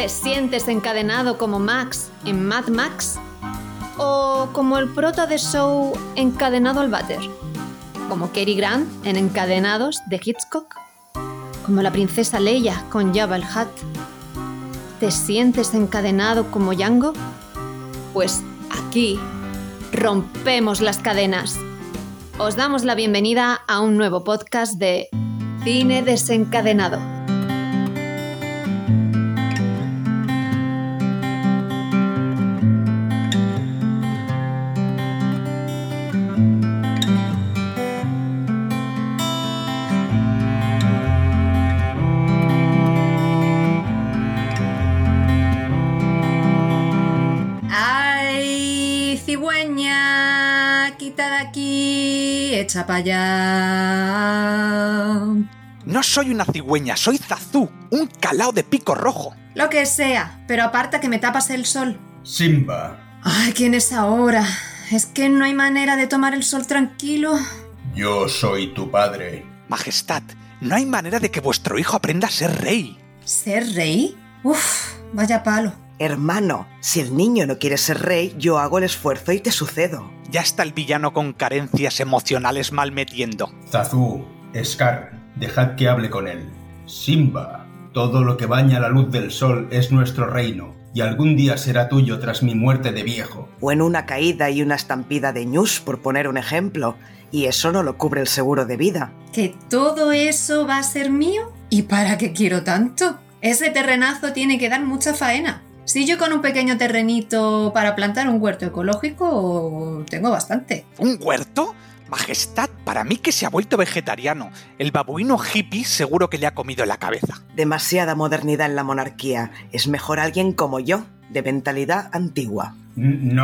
¿Te sientes encadenado como Max en Mad Max? ¿O como el prota de Show encadenado al váter? ¿Como Cary Grant en Encadenados de Hitchcock? ¿Como la princesa Leia con Jabba el Hutt? ¿Te sientes encadenado como Django? Pues aquí rompemos las cadenas. Os damos la bienvenida a un nuevo podcast de Cine Desencadenado. Echa para allá. No soy una cigüeña, soy Zazu, un calao de pico rojo. Lo que sea, pero aparta que me tapas el sol. Simba. Ay, ¿quién es ahora? ¿Es que no hay manera de tomar el sol tranquilo? Yo soy tu padre. Majestad, no hay manera de que vuestro hijo aprenda a ser rey. ¿Ser rey? Uf, vaya palo. Hermano, si el niño no quiere ser rey, yo hago el esfuerzo y te sucedo. Ya está el villano con carencias emocionales mal metiendo. Zazu, Scar, dejad que hable con él. Simba, todo lo que baña la luz del sol es nuestro reino, y algún día será tuyo tras mi muerte de viejo. O en una caída y una estampida de ñus, por poner un ejemplo, y eso no lo cubre el seguro de vida. ¿Que todo eso va a ser mío? ¿Y para qué quiero tanto? Ese terrenazo tiene que dar mucha faena. Si yo con un pequeño terrenito para plantar un huerto ecológico, tengo bastante. ¿Un huerto? Majestad, para mí que se ha vuelto vegetariano. El babuino hippie seguro que le ha comido la cabeza. Demasiada modernidad en la monarquía. Es mejor alguien como yo, de mentalidad antigua. No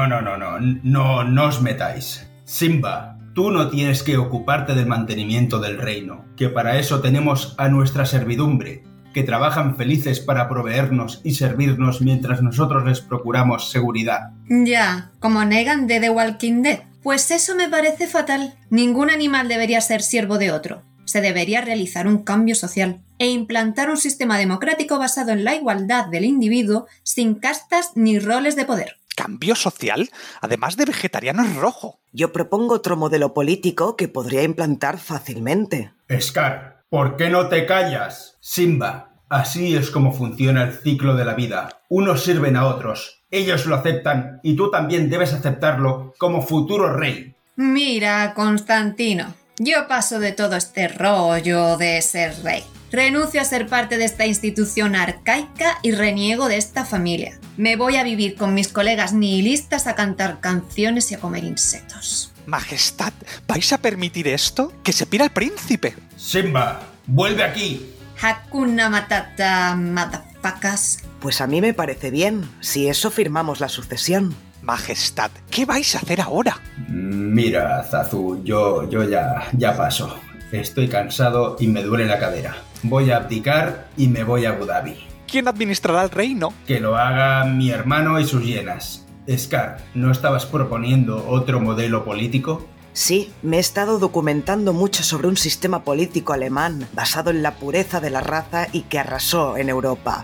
os metáis. Simba, tú no tienes que ocuparte del mantenimiento del reino, que para eso tenemos a nuestra servidumbre, que trabajan felices para proveernos y servirnos mientras nosotros les procuramos seguridad. Ya, como Negan de The Walking Dead. Pues eso me parece fatal. Ningún animal debería ser siervo de otro. Se debería realizar un cambio social e implantar un sistema democrático basado en la igualdad del individuo sin castas ni roles de poder. ¿Cambio social? Además de vegetariano es rojo. Yo propongo otro modelo político que podría implantar fácilmente. Scar, ¿por qué no te callas? Simba, así es como funciona el ciclo de la vida. Unos sirven a otros, ellos lo aceptan y tú también debes aceptarlo como futuro rey. Mira, Constantino, yo paso de todo este rollo de ser rey. Renuncio a ser parte de esta institución arcaica y reniego de esta familia. Me voy a vivir con mis colegas nihilistas a cantar canciones y a comer insectos. Majestad, ¿vais a permitir esto? ¡Que se pira el príncipe! Simba, vuelve aquí. Hakuna Matata, motherfuckers. Pues a mí me parece bien. Si eso firmamos la sucesión. Majestad, ¿qué vais a hacer ahora? Mira, Zazu, yo ya paso. Estoy cansado y me duele la cadera. Voy a abdicar y me voy a Abu Dhabi. ¿Quién administrará el reino? Que lo haga mi hermano y sus hienas. Scar, ¿no estabas proponiendo otro modelo político? Sí, me he estado documentando mucho sobre un sistema político alemán basado en la pureza de la raza y que arrasó en Europa.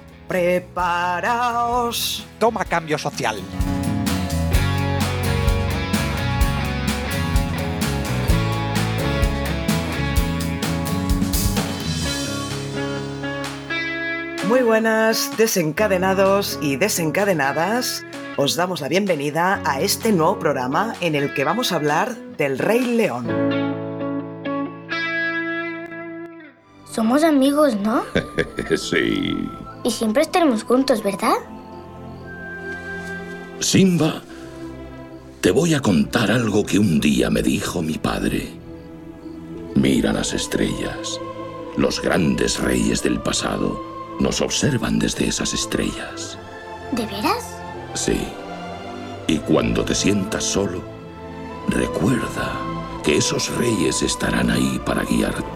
¡Preparaos! Toma cambio social. Muy buenas, desencadenados y desencadenadas. Os damos la bienvenida a este nuevo programa en el que vamos a hablar del Rey León. Somos amigos, ¿no? Sí. Y siempre estaremos juntos, ¿verdad? Simba, te voy a contar algo que un día me dijo mi padre. Mira las estrellas. Los grandes reyes del pasado nos observan desde esas estrellas. ¿De veras? Sí. Y cuando te sientas solo, recuerda que esos reyes estarán ahí para guiarte.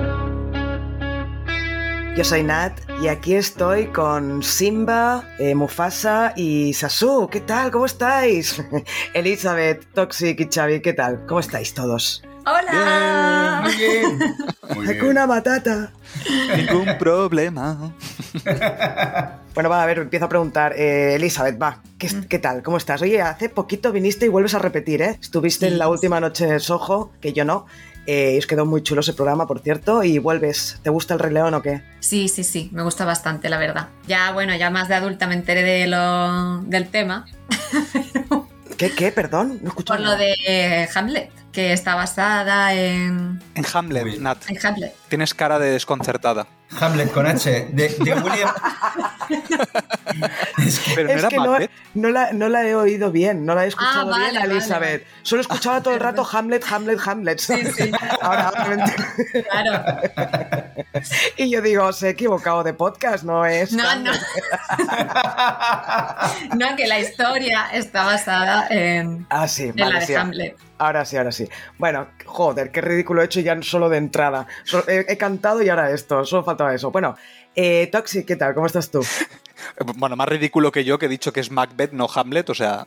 Yo soy Nat y aquí estoy con Simba, Mufasa y Sasu. ¿Qué tal? ¿Cómo estáis? Elizabeth, Toxic y Xavi, ¿qué tal? ¿Cómo estáis todos? ¡Hola! Muy bien. Muy bien. Hakuna Matata. Ningún problema. Bueno, va, a ver, empiezo a preguntar. Elizabeth, va, ¿qué tal? ¿Cómo estás? Oye, hace poquito viniste y vuelves a repetir, ¿eh? Estuviste en la última noche en Soho, que yo no. Y os quedó muy chulo ese programa, por cierto, y vuelves. ¿Te gusta El Rey León o qué? Sí, me gusta bastante, la verdad. Ya, bueno, ya más de adulta me enteré del tema. ¿Qué? Perdón, no he escuchado Por lo nada. de Hamlet, que está basada en En Hamlet, Nat. Hamlet. Tienes cara de desconcertada. Hamlet con H, de William. Pero no Es era que Macbeth. no la he oído bien, no la he escuchado vale, bien, Elizabeth. vale. Solo escuchaba todo el rato Hamlet. Sí. Ahora me entiendo. Claro. Y yo digo, se he equivocado de podcast, no es. No. No, que la historia está basada en Ah, sí, la vale, de sí. Hamlet. Ahora sí. Bueno, joder, qué ridículo he hecho ya solo de entrada. He cantado y ahora esto, solo faltaba eso. Bueno, Toxi, ¿qué tal? ¿Cómo estás tú? Bueno, más ridículo que yo, que he dicho que es Macbeth, no Hamlet, o sea,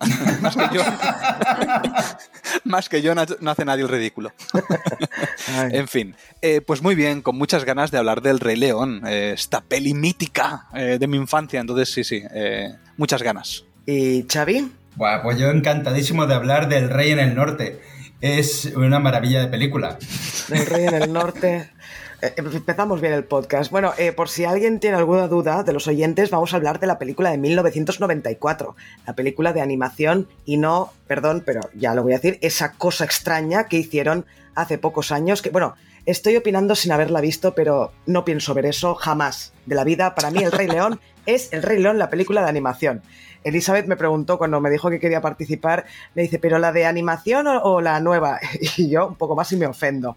más que yo no hace nadie el ridículo. Ay. En fin, pues muy bien, con muchas ganas de hablar del Rey León, esta peli mítica de mi infancia, entonces sí, muchas ganas. ¿Y Xavi? Buah, pues yo encantadísimo de hablar del Rey en el Norte. Es una maravilla de película. El Rey en el Norte. Empezamos bien el podcast. Bueno, por si alguien tiene alguna duda de los oyentes, vamos a hablar de la película de 1994, la película de animación y no, perdón, pero ya lo voy a decir, esa cosa extraña que hicieron hace pocos años, que bueno, estoy opinando sin haberla visto, pero no pienso ver eso jamás de la vida. Para mí El Rey León es El Rey León, la película de animación. Elizabeth me preguntó cuando me dijo que quería participar, me dice, ¿pero la de animación o la nueva? Y yo un poco más y me ofendo.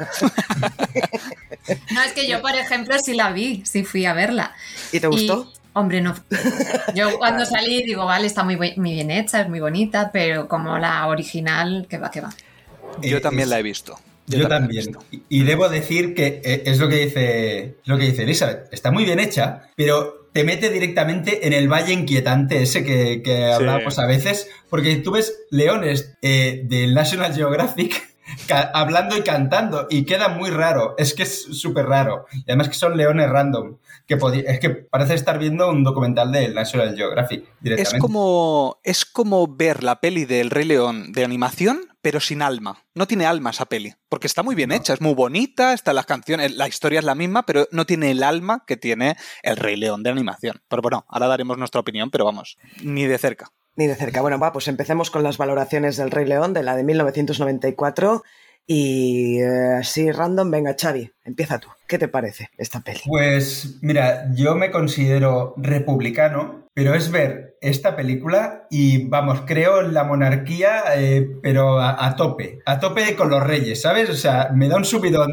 No, es que yo, por ejemplo, sí la vi, sí fui a verla. ¿Y te gustó? Hombre, no. Yo cuando salí digo, vale, está muy bien hecha, es muy bonita, pero como la original, que va. Yo también la he visto. Yo también. Y debo decir que es lo que dice Elizabeth. Está muy bien hecha, pero te mete directamente en el valle inquietante ese que hablábamos a veces, porque tú ves leones del National Geographic hablando y cantando y queda muy raro. Es que es súper raro. Y además que son leones random. Es que parece estar viendo un documental del National Geographic directamente. Es como ver la peli del Rey León de animación, pero sin alma. No tiene alma esa peli, porque está muy bien hecha, es muy bonita, están las canciones, la historia es la misma, pero no tiene el alma que tiene el Rey León de animación. Pero bueno, ahora daremos nuestra opinión, pero vamos, ni de cerca. Ni de cerca. Bueno, pues empecemos con las valoraciones del Rey León, de la de 1994. Y así random, venga, Xavi, empieza tú. ¿Qué te parece esta peli? Pues mira, yo me considero republicano, pero es ver esta película y vamos, creo en la monarquía, pero a tope con los reyes, ¿sabes? O sea, me da un subidón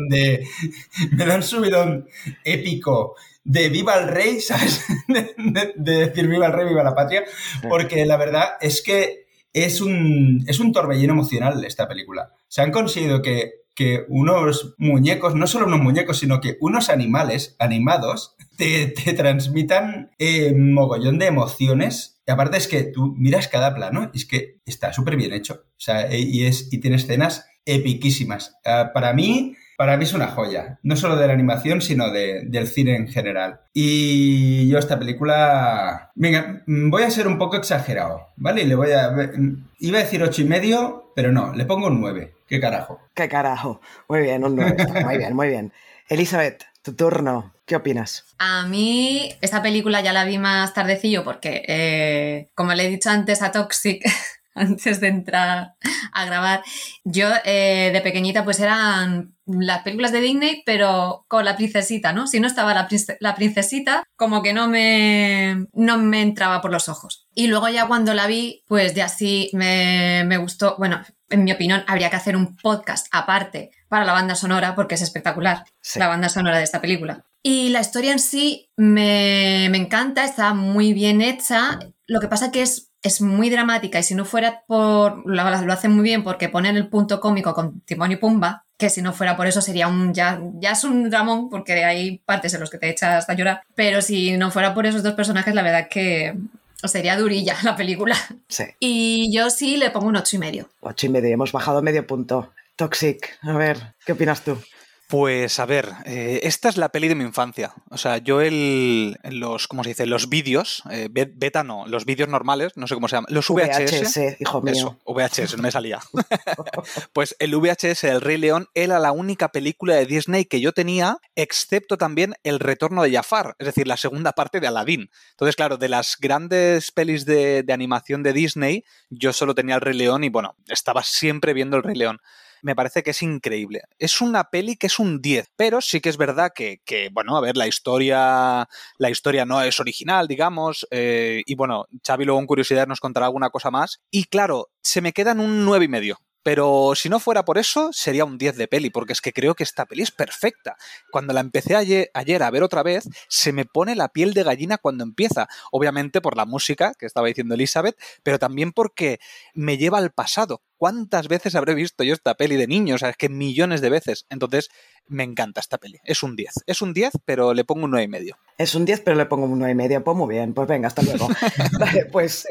épico de viva el rey, ¿sabes? de decir viva el rey, viva la patria, porque la verdad es que es un torbellino emocional esta película. Se han conseguido que unos muñecos, no solo unos muñecos, sino que unos animales animados te transmitan mogollón de emociones. Y aparte es que tú miras cada plano y es que está súper bien hecho. O sea, y tiene escenas epiquísimas. Para mí es una joya. No solo de la animación, sino del cine en general. Y yo esta película... Venga, voy a ser un poco exagerado, ¿vale? Iba a decir 8,5, pero no, le pongo un 9. ¿Qué carajo? ¿Qué carajo? Muy bien, un 9. Muy bien. Elizabeth, tu turno. ¿Qué opinas? A mí esta película ya la vi más tardecillo porque, como le he dicho antes a Toxic, antes de entrar a grabar, yo de pequeñita pues eran las películas de Disney, pero con la princesita, ¿no? Si no estaba la princesita, como que no me entraba por los ojos. Y luego ya cuando la vi, pues ya sí me gustó. Bueno, en mi opinión, habría que hacer un podcast aparte para la banda sonora, porque es espectacular, sí, la banda sonora de esta película. Y la historia en sí me encanta, está muy bien hecha. Lo que pasa que es muy dramática y si no fuera lo hacen muy bien porque ponen el punto cómico con Timón y Pumba, que si no fuera por eso sería ya es un dramón, porque hay partes en los que te echas hasta llorar, pero si no fuera por esos dos personajes, la verdad es que sería durilla la película. Sí. Y yo sí le pongo un 8,5. 8,5, hemos bajado medio punto. Toxic, a ver, ¿qué opinas tú? Pues a ver, esta es la peli de mi infancia. O sea, yo los, ¿cómo se dice? Los vídeos, beta no, los vídeos normales, no sé cómo se llaman, los VHS. VHS, hijo mío. Eso, VHS, no me salía. Pues el VHS del Rey León era la única película de Disney que yo tenía, excepto también El Retorno de Jafar, es decir, la segunda parte de Aladdin. Entonces, claro, de las grandes pelis de animación de Disney, yo solo tenía El Rey León y, bueno, estaba siempre viendo El Rey León. Me parece que es increíble. Es una peli que es un 10, pero sí que es verdad que bueno, a ver, la historia no es original, digamos, y bueno, Xavi luego en curiosidad nos contará alguna cosa más, y claro, se me queda en un 9,5. Pero si no fuera por eso, sería un 10 de peli, porque es que creo que esta peli es perfecta. Cuando la empecé ayer a ver otra vez, se me pone la piel de gallina cuando empieza. Obviamente por la música, que estaba diciendo Elizabeth, pero también porque me lleva al pasado. ¿Cuántas veces habré visto yo esta peli de niño? O sea, es que millones de veces. Entonces, me encanta esta peli. Es un 10. Es un 10, pero le pongo un 9,5. Es un 10, pero le pongo un 9,5. Pues muy bien, pues venga, hasta luego. Vale, pues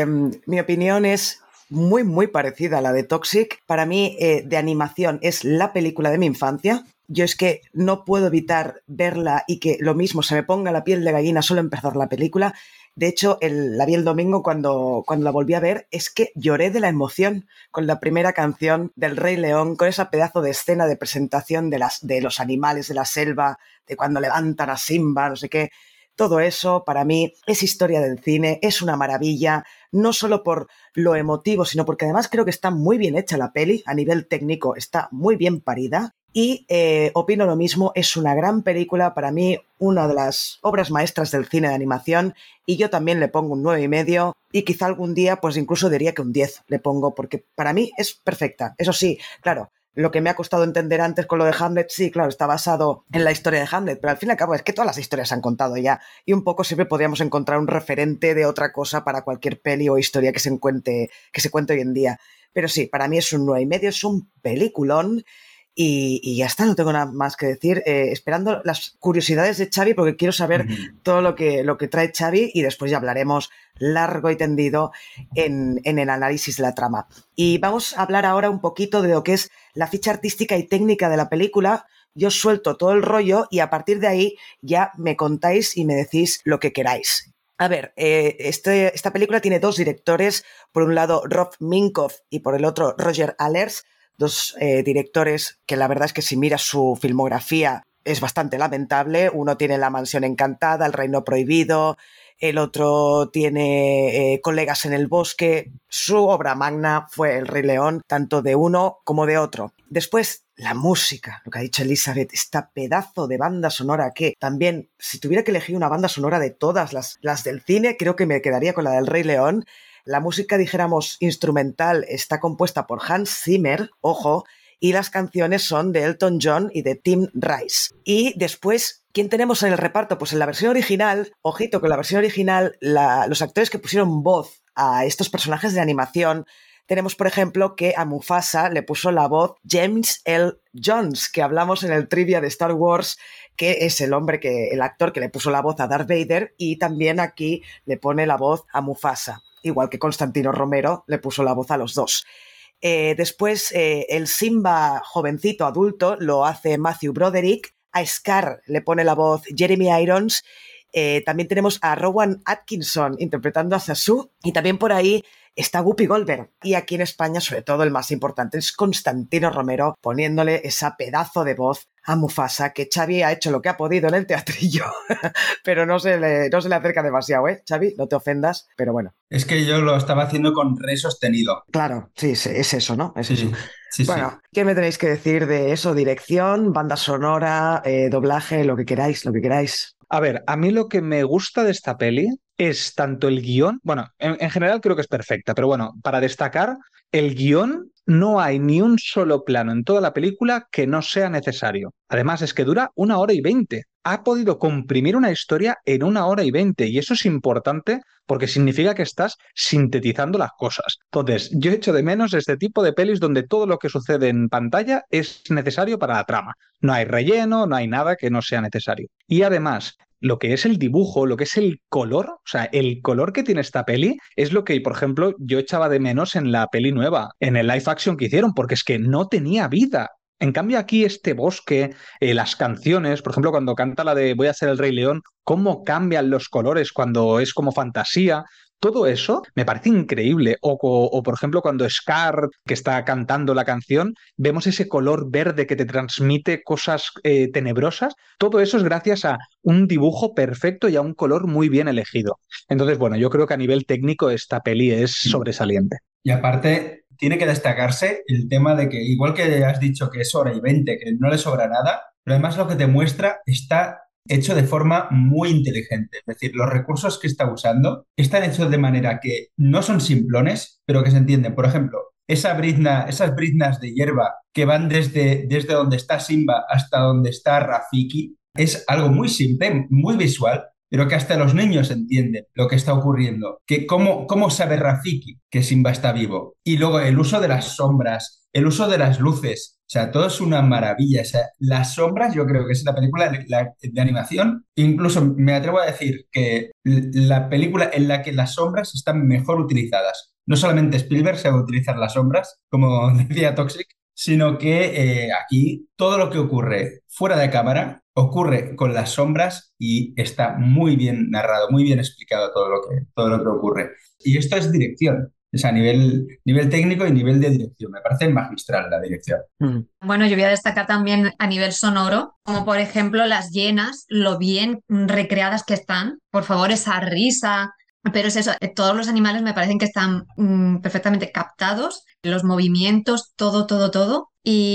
mi opinión es muy, muy parecida a la de Toxic. Para mí, de animación, es la película de mi infancia. Yo es que no puedo evitar verla y que lo mismo se me ponga la piel de gallina solo empezar la película. De hecho, la vi el domingo cuando la volví a ver, es que lloré de la emoción con la primera canción del Rey León, con esa pedazo de escena de presentación de los animales de la selva, de cuando levantan a Simba, no sé qué. Todo eso, para mí, es historia del cine, es una maravilla, no solo por lo emotivo, sino porque además creo que está muy bien hecha la peli, a nivel técnico está muy bien parida. Y opino lo mismo, es una gran película, para mí una de las obras maestras del cine de animación, y yo también le pongo un 9,5 y quizá algún día pues incluso diría que un 10 le pongo, porque para mí es perfecta. Eso sí, claro, lo que me ha costado entender antes con lo de Hamlet, sí, claro, está basado en la historia de Hamlet, pero al fin y al cabo es que todas las historias se han contado ya, y un poco siempre podríamos encontrar un referente de otra cosa para cualquier peli o historia que se cuente hoy en día. Pero sí, para mí es un 9,5, es un peliculón. Y ya está, no tengo nada más que decir. Esperando las curiosidades de Xavi, porque quiero saber todo lo que trae Xavi, y después ya hablaremos largo y tendido en el análisis de la trama. Y vamos a hablar ahora un poquito de lo que es la ficha artística y técnica de la película. Yo suelto todo el rollo y a partir de ahí ya me contáis y me decís lo que queráis. A ver, esta película tiene dos directores, por un lado Rob Minkoff y por el otro Roger Allers, dos directores que la verdad es que si miras su filmografía es bastante lamentable. Uno tiene La mansión encantada, El reino prohibido, el otro tiene Colegas en el bosque. Su obra magna fue El Rey León, tanto de uno como de otro. Después, la música, lo que ha dicho Elizabeth, esta pedazo de banda sonora que también, si tuviera que elegir una banda sonora de todas las del cine, creo que me quedaría con la del Rey León. La música, dijéramos, instrumental está compuesta por Hans Zimmer, ojo, y las canciones son de Elton John y de Tim Rice. Y después, ¿quién tenemos en el reparto? Pues en la versión original, ojito, con la versión original, los actores que pusieron voz a estos personajes de animación, tenemos, por ejemplo, que a Mufasa le puso la voz James L. Jones, que hablamos en el trivia de Star Wars, que es el actor que le puso la voz a Darth Vader, y también aquí le pone la voz a Mufasa. Igual que Constantino Romero le puso la voz a los dos. Después, el Simba jovencito adulto lo hace Matthew Broderick, a Scar le pone la voz Jeremy Irons, también tenemos a Rowan Atkinson interpretando a Sasu, y también por ahí está Whoopi Goldberg. Y aquí en España, sobre todo, el más importante es Constantino Romero, poniéndole esa pedazo de voz a Mufasa, que Xavi ha hecho lo que ha podido en el teatrillo, pero no se le acerca demasiado, ¿eh? Xavi, no te ofendas, pero bueno. Es que yo lo estaba haciendo con re sostenido. Claro, sí, es eso, ¿no? Es Sí, eso. sí, Bueno, sí. ¿qué me tenéis que decir de eso? Dirección, banda sonora, doblaje, lo que queráis, lo que queráis. A ver, a mí lo que me gusta de esta peli es tanto el guión, bueno, en general creo que es perfecta, pero bueno, para destacar, el guión no hay ni un solo plano en toda la película que no sea necesario. Además, es que dura 1 hora y 20. Ha podido comprimir una historia en 1 hora y 20 y eso es importante porque significa que estás sintetizando las cosas. Entonces, yo echo de menos este tipo de pelis donde todo lo que sucede en pantalla es necesario para la trama. No hay relleno, no hay nada que no sea necesario. Y además, lo que es el dibujo, lo que es el color, o sea, el color que tiene esta peli es lo que, por ejemplo, yo echaba de menos en la peli nueva, en el live action que hicieron, porque es que no tenía vida. En cambio, aquí este bosque, las canciones, por ejemplo, cuando canta la de Voy a ser el Rey León, cómo cambian los colores cuando es como fantasía. Todo eso me parece increíble. O, por ejemplo, cuando Scar, que está cantando la canción, vemos ese color verde que te transmite cosas tenebrosas. Todo eso es gracias a un dibujo perfecto y a un color muy bien elegido. Entonces, bueno, yo creo que a nivel técnico esta peli es sobresaliente. Y aparte, tiene que destacarse el tema de que, igual que has dicho que es hora y 20, que no le sobra nada, pero además lo que te muestra está hecho de forma muy inteligente. Es decir, los recursos que está usando están hechos de manera que no son simplones, pero que se entienden. Por ejemplo, esas briznas de hierba que van desde donde está Simba hasta donde está Rafiki, es algo muy simple, muy visual, pero que hasta los niños entienden lo que está ocurriendo. Que cómo sabe Rafiki que Simba está vivo. Y luego el uso de las sombras, el uso de las luces, o sea, todo es una maravilla. O sea, las sombras, yo creo que es la película de animación, incluso me atrevo a decir que la película en la que las sombras están mejor utilizadas. No solamente Spielberg sabe utilizar las sombras, como decía Toxic, sino que aquí todo lo que ocurre fuera de cámara ocurre con las sombras y está muy bien narrado, muy bien explicado todo lo que ocurre. Y esto es dirección, es a nivel técnico y nivel de dirección. Me parece magistral la dirección. Bueno, yo voy a destacar también a nivel sonoro, como por ejemplo las hienas, lo bien recreadas que están. Por favor, esa risa. Pero es eso, todos los animales me parecen que están perfectamente captados, los movimientos, todo, todo, todo.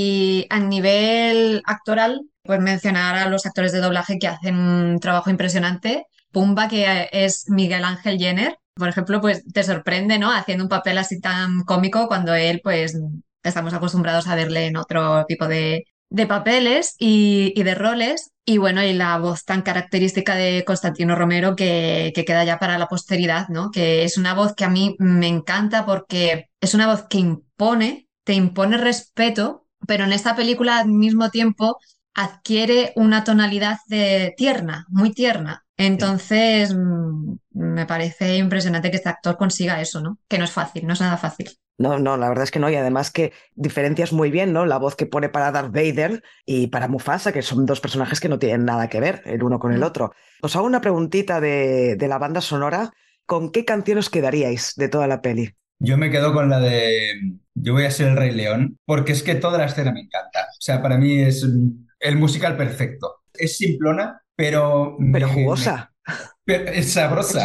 Y a nivel actoral, pues mencionar a los actores de doblaje que hacen un trabajo impresionante. Pumba, que es Miguel Ángel Jenner, por ejemplo, pues te sorprende, ¿no? Haciendo un papel así tan cómico cuando él, pues, estamos acostumbrados a verle en otro tipo de papeles y de roles. Y bueno, y la voz tan característica de Constantino Romero que queda ya para la posteridad, ¿no? Que es una voz que a mí me encanta porque es una voz que impone, te impone respeto, pero en esta película al mismo tiempo adquiere una tonalidad de tierna, muy tierna. Entonces, me parece impresionante que este actor consiga eso, ¿no? Que no es fácil, no es nada fácil. No, no, la verdad es que no. Y además que diferencias muy bien, ¿no? La voz que pone para Darth Vader y para Mufasa, que son dos personajes que no tienen nada que ver el uno con el otro. Os hago una preguntita de la banda sonora. ¿Con qué canción os quedaríais de toda la peli? Yo me quedo con la de Yo voy a ser el Rey León, porque es que toda la escena me encanta. O sea, para mí es el musical perfecto. Es simplona, pero... Pero jugosa. Es sabrosa.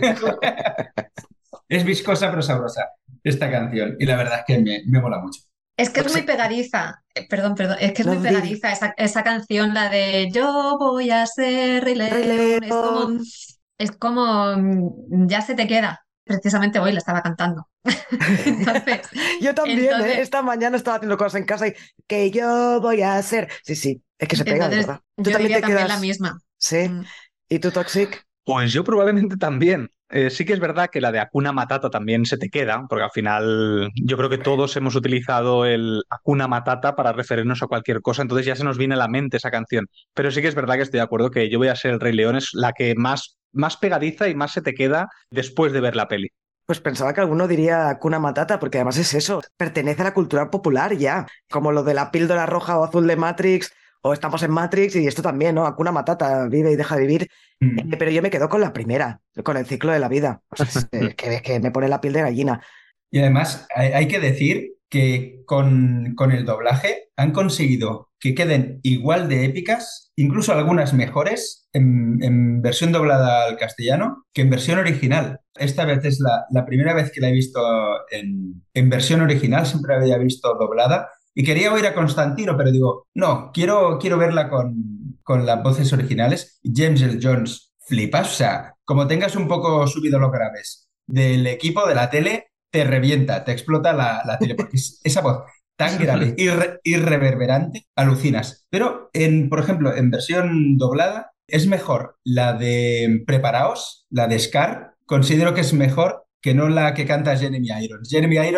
Es viscosa, pero sabrosa esta canción. Y la verdad es que me mola mucho. Es que es muy pegadiza, perdón, es que es muy pegadiza esa canción, la de Yo voy a ser Rey León, es como ya se te queda. Precisamente hoy la estaba cantando. Entonces, yo también, esta mañana estaba haciendo cosas en casa y que yo voy a hacer. Sí, sí, es que se pega, de verdad. ¿Tú yo diría también la misma. Sí. ¿Y tú, Toxic? Pues yo probablemente también. Sí que es verdad que la de Hakuna Matata también se te queda, porque al final yo creo que todos hemos utilizado el Hakuna Matata para referirnos a cualquier cosa, entonces ya se nos viene a la mente esa canción. Pero sí que es verdad que estoy de acuerdo que Yo voy a ser el Rey León es la que más pegadiza y más se te queda después de ver la peli. Pues pensaba que alguno diría Hakuna Matata, porque además es eso, pertenece a la cultura popular ya, como lo de la píldora roja o azul de Matrix, o estamos en Matrix y esto también, ¿no? Hakuna Matata, vive y deja vivir. Pero yo me quedo con la primera, con el ciclo de la vida. O sea, que me pone la piel de gallina. Y además hay que decir que con el doblaje han conseguido que queden igual de épicas, incluso algunas mejores en versión doblada al castellano que en versión original. Esta vez es la primera vez que la he visto en versión original, siempre la había visto doblada. Y quería oír a Constantino, pero digo, no, quiero verla con las voces originales. James Earl Jones, flipas. O sea, como tengas un poco subido los graves del equipo de la tele, te revienta, te explota la tele, porque esa voz tan grave y reverberante, alucinas. Pero, por ejemplo, en versión doblada, es mejor la de Preparaos, la de Scar, considero que es mejor que no la que canta Jeremy Irons. Jeremy Irons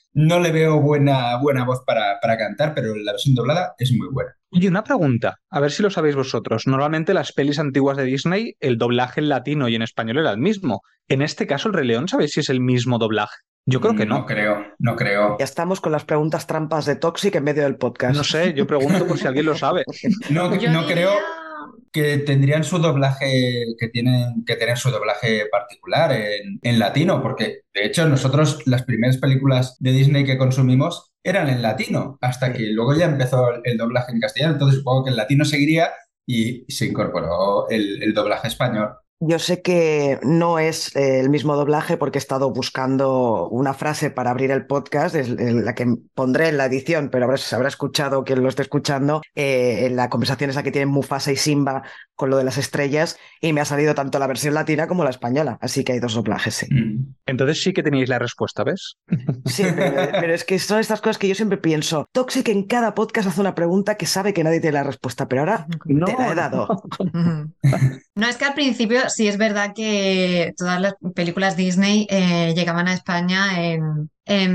no le veo buena voz para cantar, pero la versión doblada es muy buena. Y una pregunta, a ver si lo sabéis vosotros. Normalmente las pelis antiguas de Disney, el doblaje en latino y en español era el mismo. En este caso, El Rey León, ¿sabéis si es el mismo doblaje? Yo creo que no. No creo. Ya estamos con las preguntas trampas de Toxic en medio del podcast. No sé, yo pregunto por si alguien lo sabe. No creo que tendrían su doblaje, que tienen que tener su doblaje particular en latino, porque de hecho nosotros las primeras películas de Disney que consumimos eran en latino, hasta que luego ya empezó el doblaje en castellano, entonces supongo que el latino seguiría y se incorporó el doblaje español. Yo sé que no es el mismo doblaje porque he estado buscando una frase para abrir el podcast, es la que pondré en la edición, pero se habrá escuchado quien lo esté escuchando, en la conversación esa que tienen Mufasa y Simba con lo de las estrellas, y me ha salido tanto la versión latina como la española, así que hay dos doblajes, sí. Entonces sí que tenéis la respuesta, ¿ves? Sí, pero es que son estas cosas que yo siempre pienso. Toxic en cada podcast hace una pregunta que sabe que nadie tiene la respuesta, pero ahora te la he dado. No, es que al principio sí es verdad que todas las películas Disney llegaban a España en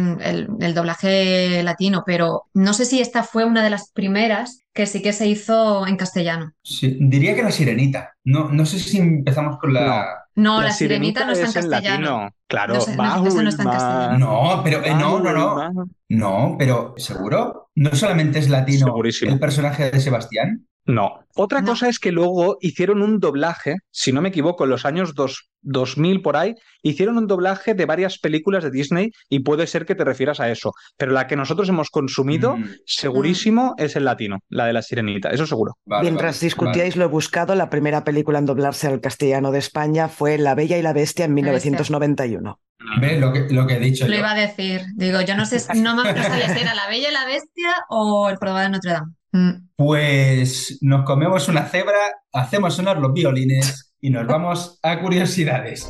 el doblaje latino, pero no sé si esta fue una de las primeras que sí que se hizo en castellano. Sí, diría que La Sirenita. No sé si empezamos con la... No, La Sirenita no está en castellano. latino. Claro, Esa no está en castellano. No, pero no. No, pero ¿seguro? ¿No solamente es latino Segurísimo. el personaje de Sebastián? No. Otra No. cosa es que luego hicieron un doblaje, si no me equivoco, en los años 2000 por ahí, hicieron un doblaje de varias películas de Disney y puede ser que te refieras a eso. Pero la que nosotros hemos consumido, segurísimo, es el latino, la de La Sirenita, eso seguro. Mientras discutíais, lo he buscado. La primera película en doblarse al castellano de España fue La Bella y la Bestia en 1991. ¿Ves lo que he dicho Lo yo? iba a decir. Digo, yo no sé, no sabía si era La Bella y la Bestia o El Jorobado de Notre Dame. Pues nos comemos una cebra, hacemos sonar los violines y nos vamos a curiosidades.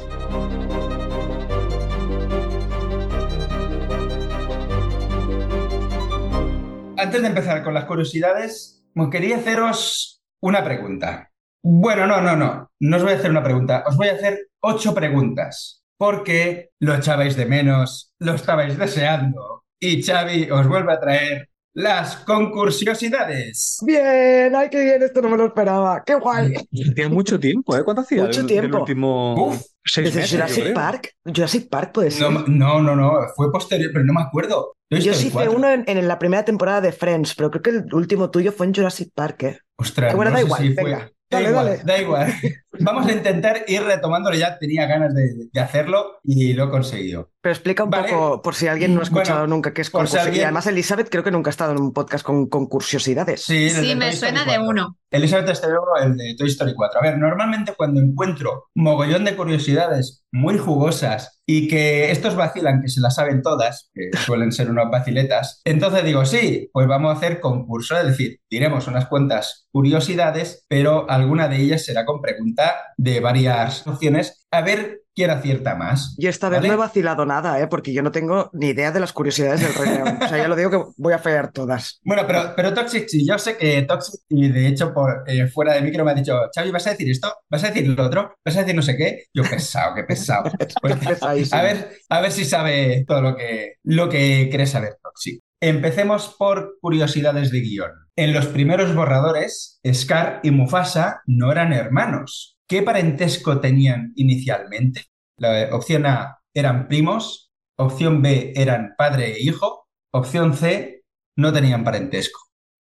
Antes de empezar con las curiosidades, me quería haceros una pregunta. Bueno, no os voy a hacer una pregunta, os voy a hacer 8 preguntas, porque lo echabais de menos, lo estabais deseando, y Xavi os vuelve a traer las concursiosidades. Bien, ay, qué bien, esto no me lo esperaba. ¡Qué guay! Tiene mucho tiempo, ¿eh? ¿Cuánto hacía? Mucho del tiempo. último... Uf. 6 ¿Desde meses, yo Jurassic creo. Park? Jurassic Park puede ser. No, fue posterior, pero no me acuerdo. Toy Yo Story sí hice 4. uno en la primera temporada de Friends, pero creo que el último tuyo fue en Jurassic Park, ¿eh? Ostras, Bueno, no da sé igual, si fue... venga. Dale. Da igual. Vamos a intentar ir retomándolo, ya tenía ganas de hacerlo y lo he conseguido. Pero explica un Vale. poco, por si alguien no ha escuchado Bueno, nunca qué es por si concursiosidades. Y alguien- además, Elizabeth creo que nunca ha estado en un podcast con curiosidades. Sí, Sí, de me Toy Story suena de 4. uno. Elizabeth Esteveo, el de Toy Story 4. A ver, normalmente cuando encuentro mogollón de curiosidades muy jugosas y que estos vacilan, que se las saben todas, que suelen ser unas vaciletas, entonces digo, sí, pues vamos a hacer concurso, es decir, diremos unas cuantas curiosidades, pero alguna de ellas será con pregunta de varias opciones, a ver quién acierta más. Yo esta vez ¿vale? no he vacilado nada, ¿eh? Porque yo no tengo ni idea de las curiosidades del Rey León. O sea, ya lo digo que voy a fallar todas. Bueno, pero Toxic, sí, yo sé que Toxic, y de hecho fuera de micro me ha dicho, Xavi, ¿vas a decir esto? ¿Vas a decir lo otro? ¿Vas a decir no sé qué? Yo, pesado, qué pesado. Pues, Pesadísimo. a ver si sabe todo lo que querés saber, Toxic. Empecemos por curiosidades de guión. En los primeros borradores, Scar y Mufasa no eran hermanos. ¿Qué parentesco tenían inicialmente? La opción A, eran primos. Opción B, eran padre e hijo. Opción C, no tenían parentesco.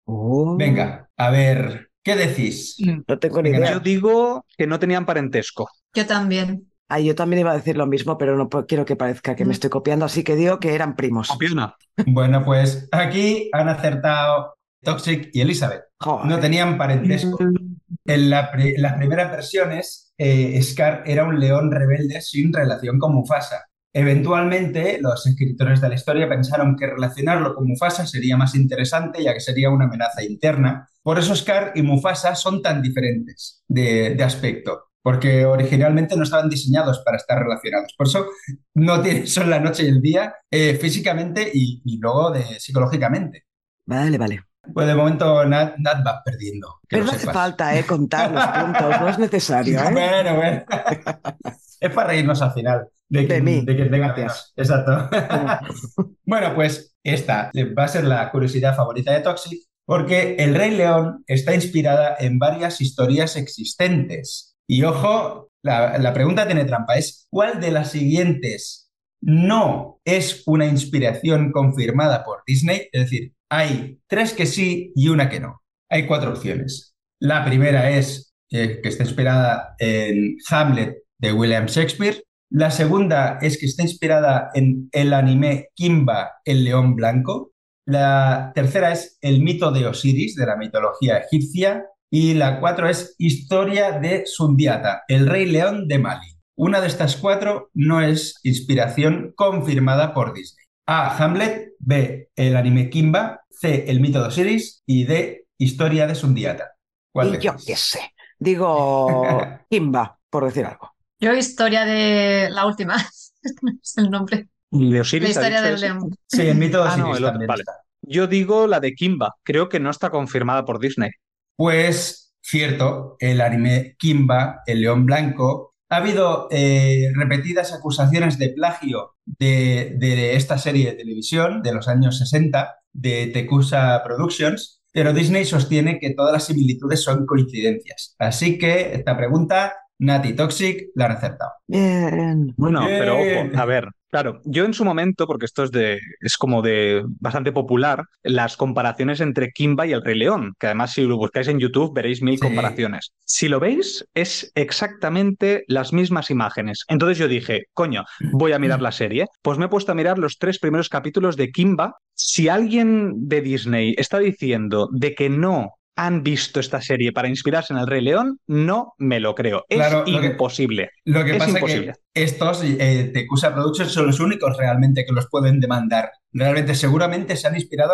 Venga, a ver, ¿qué decís? No tengo ni Venga, idea. Yo digo que no tenían parentesco. Yo también. Ay, yo también iba a decir lo mismo, pero no quiero que parezca que me estoy copiando, así que digo que eran primos. Copiona. Bueno, pues aquí han acertado Toxic y Elizabeth. Joder. No tenían parentesco. En las primeras versiones, Scar era un león rebelde sin relación con Mufasa. Eventualmente, los escritores de la historia pensaron que relacionarlo con Mufasa sería más interesante, ya que sería una amenaza interna. Por eso Scar y Mufasa son tan diferentes de aspecto, porque originalmente no estaban diseñados para estar relacionados. Por eso son la noche y el día físicamente y luego psicológicamente. Vale. Pues de momento Nat va perdiendo. que Pero lo no hace sepas. falta, contar los puntos, no es necesario, ¿eh? Bueno. Es para reírnos al final. De mí. De quien tenga Gracias. menos. Exacto. Bueno. Bueno, pues esta va a ser la curiosidad favorita de Toxic, porque El Rey León está inspirada en varias historias existentes. Y ojo, la pregunta tiene trampa, es ¿cuál de las siguientes no es una inspiración confirmada por Disney? Es decir, hay 3 que sí y una que no. Hay 4 opciones. La primera es que está inspirada en Hamlet de William Shakespeare. La segunda es que está inspirada en el anime Kimba, el león blanco. La tercera es el mito de Osiris, de la mitología egipcia. Y la 4 es Historia de Sundiata, el rey león de Mali. Una de estas 4 no es inspiración confirmada por Disney. A, Hamlet. B, el anime Kimba. C, el mito de Osiris. Y D, Historia de Sundiata. ¿Cuál Y yo decís? qué sé. Digo Kimba, por decir algo. Yo historia de la última, no es el nombre. ¿De La Osiris ha historia dicho del ese? león. Sí, el mito de Ah, no, Osiris el otro. también Vale. está. Yo digo la de Kimba. Creo que no está confirmada por Disney. Pues cierto, el anime Kimba, el león blanco, ha habido repetidas acusaciones de plagio de esta serie de televisión de los años 60, de Tekusa Productions, pero Disney sostiene que todas las similitudes son coincidencias. Así que esta pregunta, Nati Toxic, la han acertado. Bien. Bueno, pero ojo, Bien. a ver, claro, yo en su momento, porque esto es como de bastante popular, las comparaciones entre Kimba y el Rey León, que además si lo buscáis en YouTube veréis 1000 Sí. comparaciones. Si lo veis, es exactamente las mismas imágenes. Entonces yo dije, coño, voy a mirar la serie. Pues me he puesto a mirar los 3 primeros capítulos de Kimba. Si alguien de Disney está diciendo de que no han visto esta serie para inspirarse en el Rey León, no me lo creo. Claro, Es imposible. Lo que Es pasa es imposible. que estos Tekusa Productions son los únicos realmente que los pueden demandar. Realmente, seguramente se han inspirado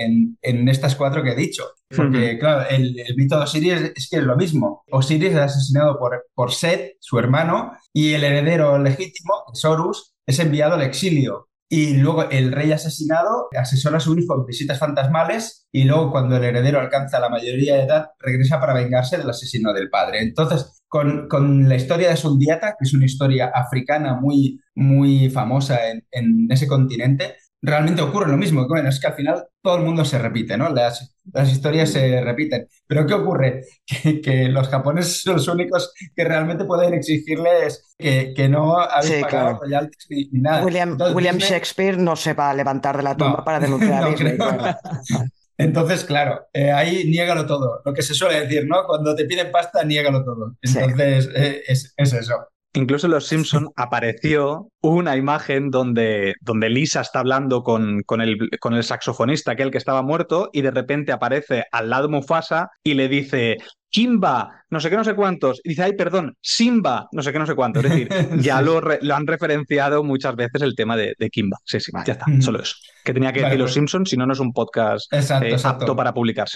en estas 4 que he dicho. Porque, claro, el mito de Osiris es que es lo mismo. Osiris es asesinado por Set, su hermano, y el heredero legítimo, Horus, es enviado al exilio. Y luego el rey asesinado asesora a su hijo en visitas fantasmales y luego cuando el heredero alcanza la mayoría de edad regresa para vengarse del asesino del padre. Entonces, con la historia de Sundiata, que es una historia africana muy, muy famosa en ese continente, realmente ocurre lo mismo. Bueno, es que al final todo el mundo se repite, ¿no? Las historias se repiten. Pero ¿qué ocurre? Que los japoneses son los únicos que realmente pueden exigirles que no habéis Sí, pagado claro. royalties ni nada. Entonces, William Disney- Shakespeare no se va a levantar de la tumba no, para denunciar a no Disney, creo. claro. Entonces, claro, ahí niégalo todo. Lo que se suele decir, ¿no? Cuando te piden pasta, niégalo todo. Sí. Entonces, es eso. Incluso en Los Simpson apareció una imagen donde Lisa está hablando con el saxofonista, aquel que estaba muerto, y de repente aparece al lado Mufasa y le dice Kimba, no sé qué, no sé cuántos. Y dice, ay, perdón, Simba, no sé qué, no sé cuántos. Es decir, ya Sí. lo han referenciado muchas veces el tema de Kimba. Sí, sí, Vale. ya está, solo eso. Que tenía que Vale, decir Los pues- Simpsons, si no, no es un podcast Exacto, apto para publicarse.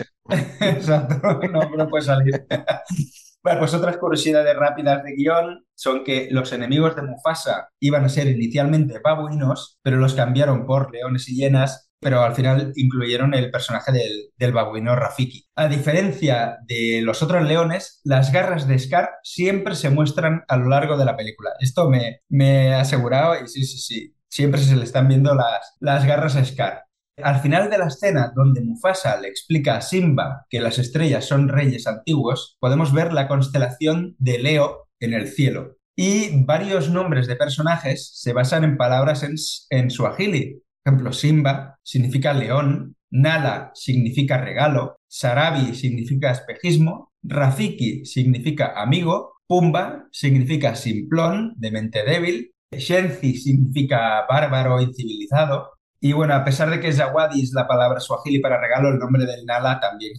Exacto, no puede salir. Bueno, pues otras curiosidades rápidas de guión son que los enemigos de Mufasa iban a ser inicialmente babuinos, pero los cambiaron por leones y hienas, pero al final incluyeron el personaje del babuino Rafiki. A diferencia de los otros leones, las garras de Scar siempre se muestran a lo largo de la película. Esto me he asegurado y sí, siempre se le están viendo las garras a Scar. Al final de la escena donde Mufasa le explica a Simba que las estrellas son reyes antiguos, podemos ver la constelación de Leo en el cielo. Y varios nombres de personajes se basan en palabras en suajili. Por ejemplo, Simba significa león, Nala significa regalo, Sarabi significa espejismo, Rafiki significa amigo, Pumba significa simplón, de mente débil, Shenzi significa bárbaro, incivilizado. Y bueno, a pesar de que Zawadi es la palabra suajili para regalo, el nombre del Nala también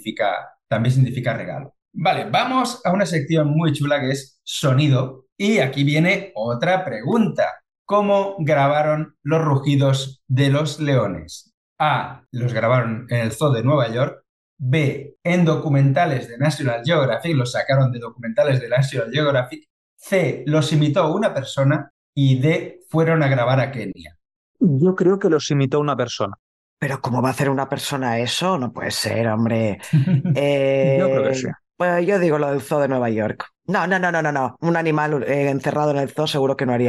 significa regalo. Vale, vamos a una sección muy chula que es sonido. Y aquí viene otra pregunta. ¿Cómo grabaron los rugidos de los leones? A. Los grabaron en el Zoo de Nueva York. B. En documentales de National Geographic. Los sacaron de documentales de National Geographic. C. Los imitó una persona. Y D. Fueron a grabar a Kenia. Yo creo que los imitó una persona. Pero ¿cómo va a hacer una persona eso? No puede ser, hombre. Yo creo que sí. Pues yo digo lo del zoo de Nueva York. No. Un animal encerrado en el zoo seguro que no haría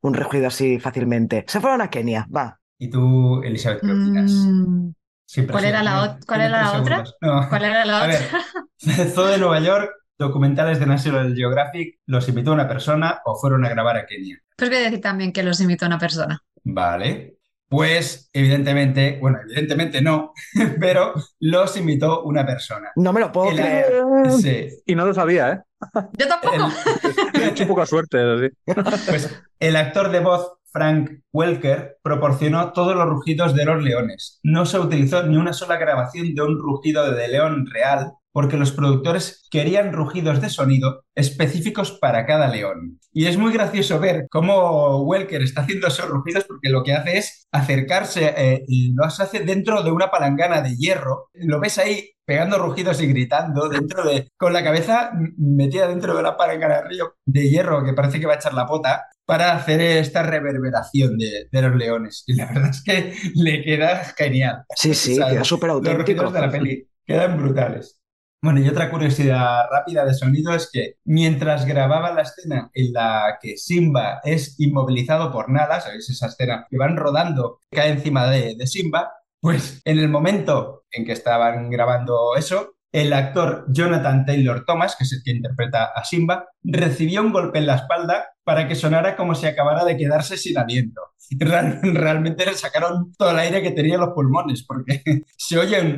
un rugido así fácilmente. Se fueron a Kenia, va. ¿Y tú, Elizabeth, qué opinas? Siempre ¿Cuál así, era cuál era la 3 otra? segundos. No. ¿Cuál era la A otra? ver, Zoo de Nueva York, documentales de National Geographic, los invitó una persona o fueron a grabar a Kenia. Pues voy a decir también que los invitó una persona. Vale. Pues evidentemente, bueno, evidentemente no, pero los invitó una persona. No me lo puedo El- creer. Sí. Y no lo sabía, ¿eh? Yo tampoco. He hecho poca suerte, sí. Pues el actor de voz Frank Welker proporcionó todos los rugidos de los leones. No se utilizó ni una sola grabación de un rugido de león real porque los productores querían rugidos de sonido específicos para cada león. Y es muy gracioso ver cómo Welker está haciendo esos rugidos porque lo que hace es acercarse y los hace dentro de una palangana de hierro. Lo ves ahí pegando rugidos y gritando con la cabeza metida dentro de una palangana de hierro que parece que va a echar la pota para hacer esta reverberación de los leones. Y la verdad es que le queda genial. Sí, sí, queda súper Los auténtico. rugidos de la peli quedan brutales. Bueno, y otra curiosidad rápida de sonido es que mientras grababan la escena en la que Simba es inmovilizado por Nala, ¿sabéis? Esa escena que van rodando, cae encima de Simba, pues en el momento en que estaban grabando eso, el actor Jonathan Taylor Thomas, que es el que interpreta a Simba, recibió un golpe en la espalda para que sonara como si acabara de quedarse sin aliento. Realmente le sacaron todo el aire que tenía en los pulmones, porque se oye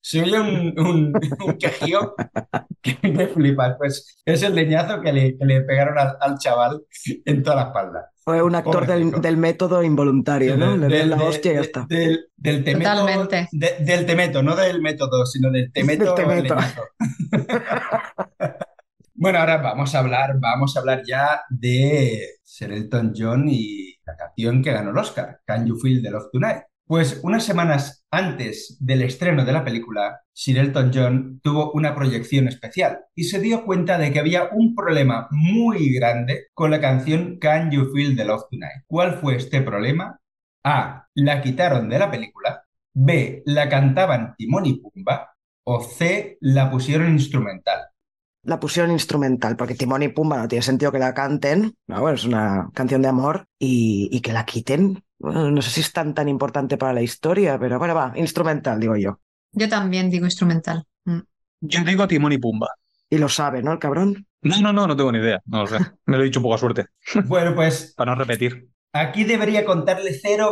un quejío que flipas. Pues es el leñazo que le pegaron al chaval en toda la espalda. Fue un actor del método involuntario, ¿no? Le dio la hostia y ya está. Del temeto, Totalmente. del temeto, no del método, sino del temeto. Del temeto. Leñazo. Bueno, ahora vamos a hablar ya de Sir Elton John y la canción que ganó el Oscar, Can You Feel the Love Tonight. Pues unas semanas antes del estreno de la película, Sir Elton John tuvo una proyección especial y se dio cuenta de que había un problema muy grande con la canción Can You Feel the Love Tonight. ¿Cuál fue este problema? A. La quitaron de la película. B. La cantaban Timón y Pumba. O C. La pusieron instrumental. La pusieron instrumental, porque Timón y Pumba no tiene sentido que la canten, no, bueno, es una canción de amor, y que la quiten. Bueno, no sé si es tan importante para la historia, pero bueno, va, instrumental, digo yo. Yo también digo instrumental. Yo digo Timón y Pumba. Y lo sabe, ¿no, el cabrón? No tengo ni idea. No lo sé. Me lo he dicho poca suerte. Bueno, pues Para no repetir. aquí debería contarle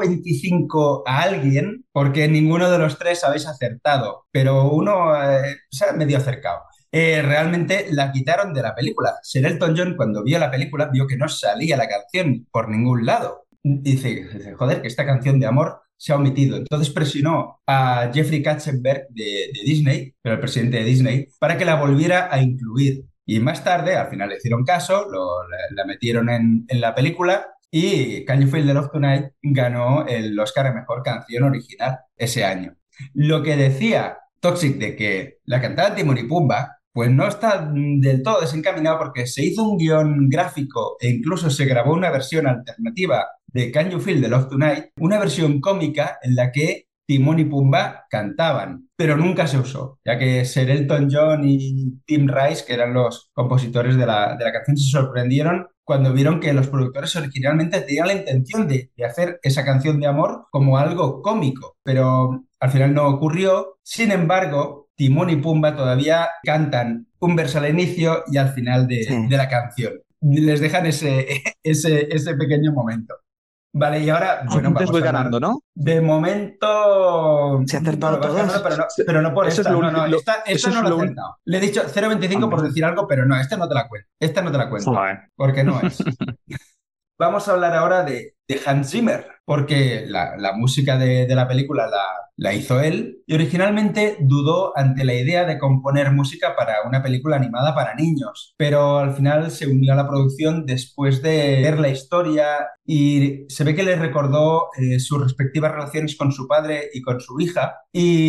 0,25 a alguien, porque ninguno de los tres habéis acertado, pero uno se ha medio acercado. Realmente la quitaron de la película. Sir Elton John, cuando vio la película, vio que no salía la canción por ningún lado. Dice, joder, que esta canción de amor se ha omitido. Entonces presionó a Jeffrey Katzenberg de Disney, pero el presidente de Disney, para que la volviera a incluir. Y más tarde, al final le hicieron caso, la metieron en la película y Can You Feel the Love Tonight ganó el Oscar a Mejor Canción Original ese año. Lo que decía Toxic de que la cantaba Timón y Pumba, pues no está del todo desencaminado porque se hizo un guión gráfico e incluso se grabó una versión alternativa de Can You Feel the Love Tonight, una versión cómica en la que Timón y Pumba cantaban, pero nunca se usó, ya que Sir Elton John y Tim Rice, que eran los compositores de la canción, se sorprendieron cuando vieron que los productores originalmente tenían la intención de hacer esa canción de amor como algo cómico, pero al final no ocurrió. Sin embargo, Timón y Pumba todavía cantan un verso al inicio y al final de la canción. Les dejan ese pequeño momento. Vale, y ahora, bueno, Antes vamos voy a hablar. ganando, ¿no? De momento. Se ha acertado vas ganando, todas. pero no por Eso esta. es lo No, no, único- esta eso no es la he lo acertado. Le he dicho 0,25 por decir algo, pero no, esta no te la cuento. Esta no te la cuento. Joder. Porque no es. Vamos a hablar ahora de Hans Zimmer, porque la música de la película la hizo él y originalmente dudó ante la idea de componer música para una película animada para niños, pero al final se unió a la producción después de ver la historia y se ve que le recordó sus respectivas relaciones con su padre y con su hija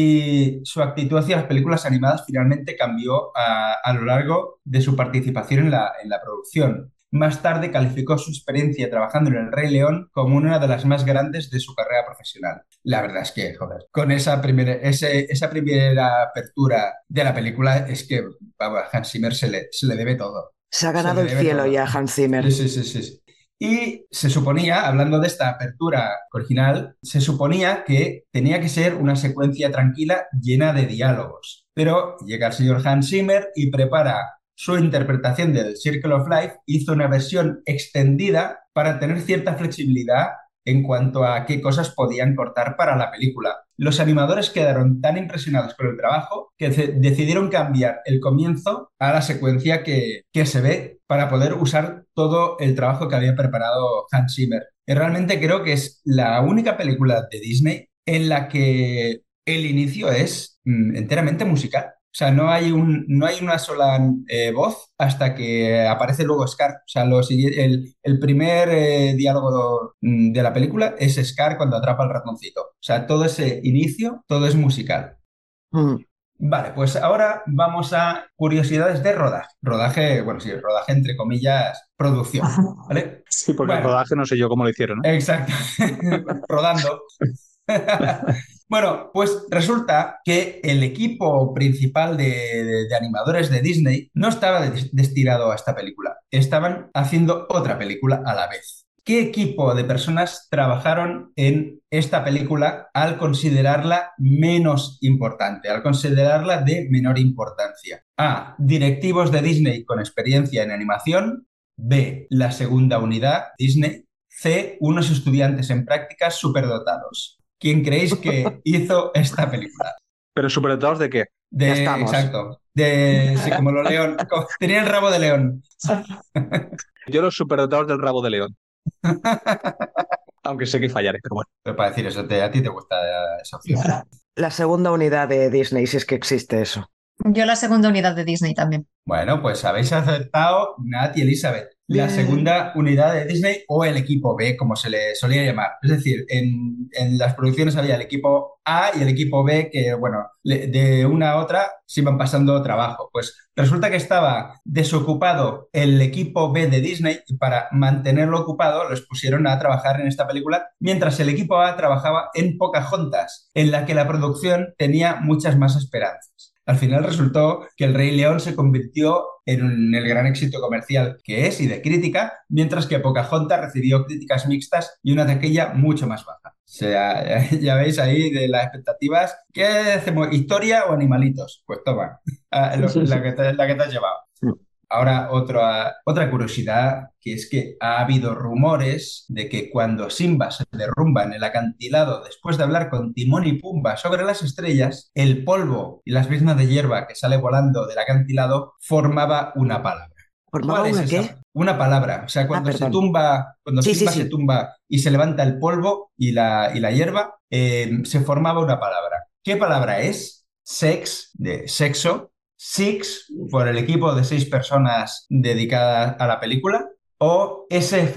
y su actitud hacia las películas animadas finalmente cambió a lo largo de su participación en la producción. Más tarde calificó su experiencia trabajando en El Rey León como una de las más grandes de su carrera profesional. La verdad es que, joder, con esa primera apertura de la película es que a Hans Zimmer se le debe todo. Se ha ganado el debe cielo todo. ya, Hans Zimmer. Sí. Y se suponía, hablando de esta apertura original, se suponía que tenía que ser una secuencia tranquila llena de diálogos. Pero llega el señor Hans Zimmer y prepara su interpretación del Circle of Life, hizo una versión extendida para tener cierta flexibilidad en cuanto a qué cosas podían cortar para la película. Los animadores quedaron tan impresionados con el trabajo que decidieron cambiar el comienzo a la secuencia que se ve para poder usar todo el trabajo que había preparado Hans Zimmer. Y realmente creo que es la única película de Disney en la que el inicio es enteramente musical. O sea, no hay una sola voz hasta que aparece luego Scar. O sea, el primer diálogo de la película es Scar cuando atrapa al ratoncito. O sea, todo ese inicio, todo es musical. Vale, pues ahora vamos a curiosidades de rodaje. Rodaje, bueno, sí, rodaje entre comillas, producción, ¿vale? Sí, porque el rodaje no sé yo cómo lo hicieron, ¿no? Exacto, rodando. Bueno, pues resulta que el equipo principal de animadores de Disney no estaba destinado a esta película. Estaban haciendo otra película a la vez. ¿Qué equipo de personas trabajaron en esta película al considerarla menos importante, al considerarla de menor importancia? A. Directivos de Disney con experiencia en animación. B. La segunda unidad Disney. C. Unos estudiantes en prácticas superdotados. ¿Quién creéis que hizo esta película? ¿Pero superdotados de qué? Exacto. Sí, como los león. Tenía el rabo de león. Yo los superdotados del rabo de león. Aunque sé que fallaré, pero bueno. Pero para decir eso, a ti te gusta esa opción. La segunda unidad de Disney, si es que existe eso. Yo la segunda unidad de Disney también. Bueno, pues habéis acertado Nat y Elizabeth. La segunda unidad de Disney o el equipo B, como se le solía llamar. Es decir, en las producciones había el equipo A y el equipo B que, bueno, de una a otra se iban pasando trabajo. Pues resulta que estaba desocupado el equipo B de Disney y para mantenerlo ocupado los pusieron a trabajar en esta película, mientras el equipo A trabajaba en Pocahontas, en la que la producción tenía muchas más esperanzas. Al final resultó que El Rey León se convirtió en el gran éxito comercial que es y de crítica, mientras que Pocahontas recibió críticas mixtas y una taquilla mucho más baja. O sea, ya veis ahí de las expectativas. ¿Qué hacemos? ¿Historia o animalitos? Pues toma, la que te has llevado. Ahora, otra curiosidad, que es que ha habido rumores de que cuando Simba se derrumba en el acantilado después de hablar con Timón y Pumba sobre las estrellas, el polvo y las briznas de hierba que sale volando del acantilado formaba una palabra. ¿Formaba una qué? Una palabra. O sea, cuando Simba se tumba y se levanta el polvo y la hierba, se formaba una palabra. ¿Qué palabra es? Sex, de sexo. Six, por el equipo de 6 personas dedicadas a la película, o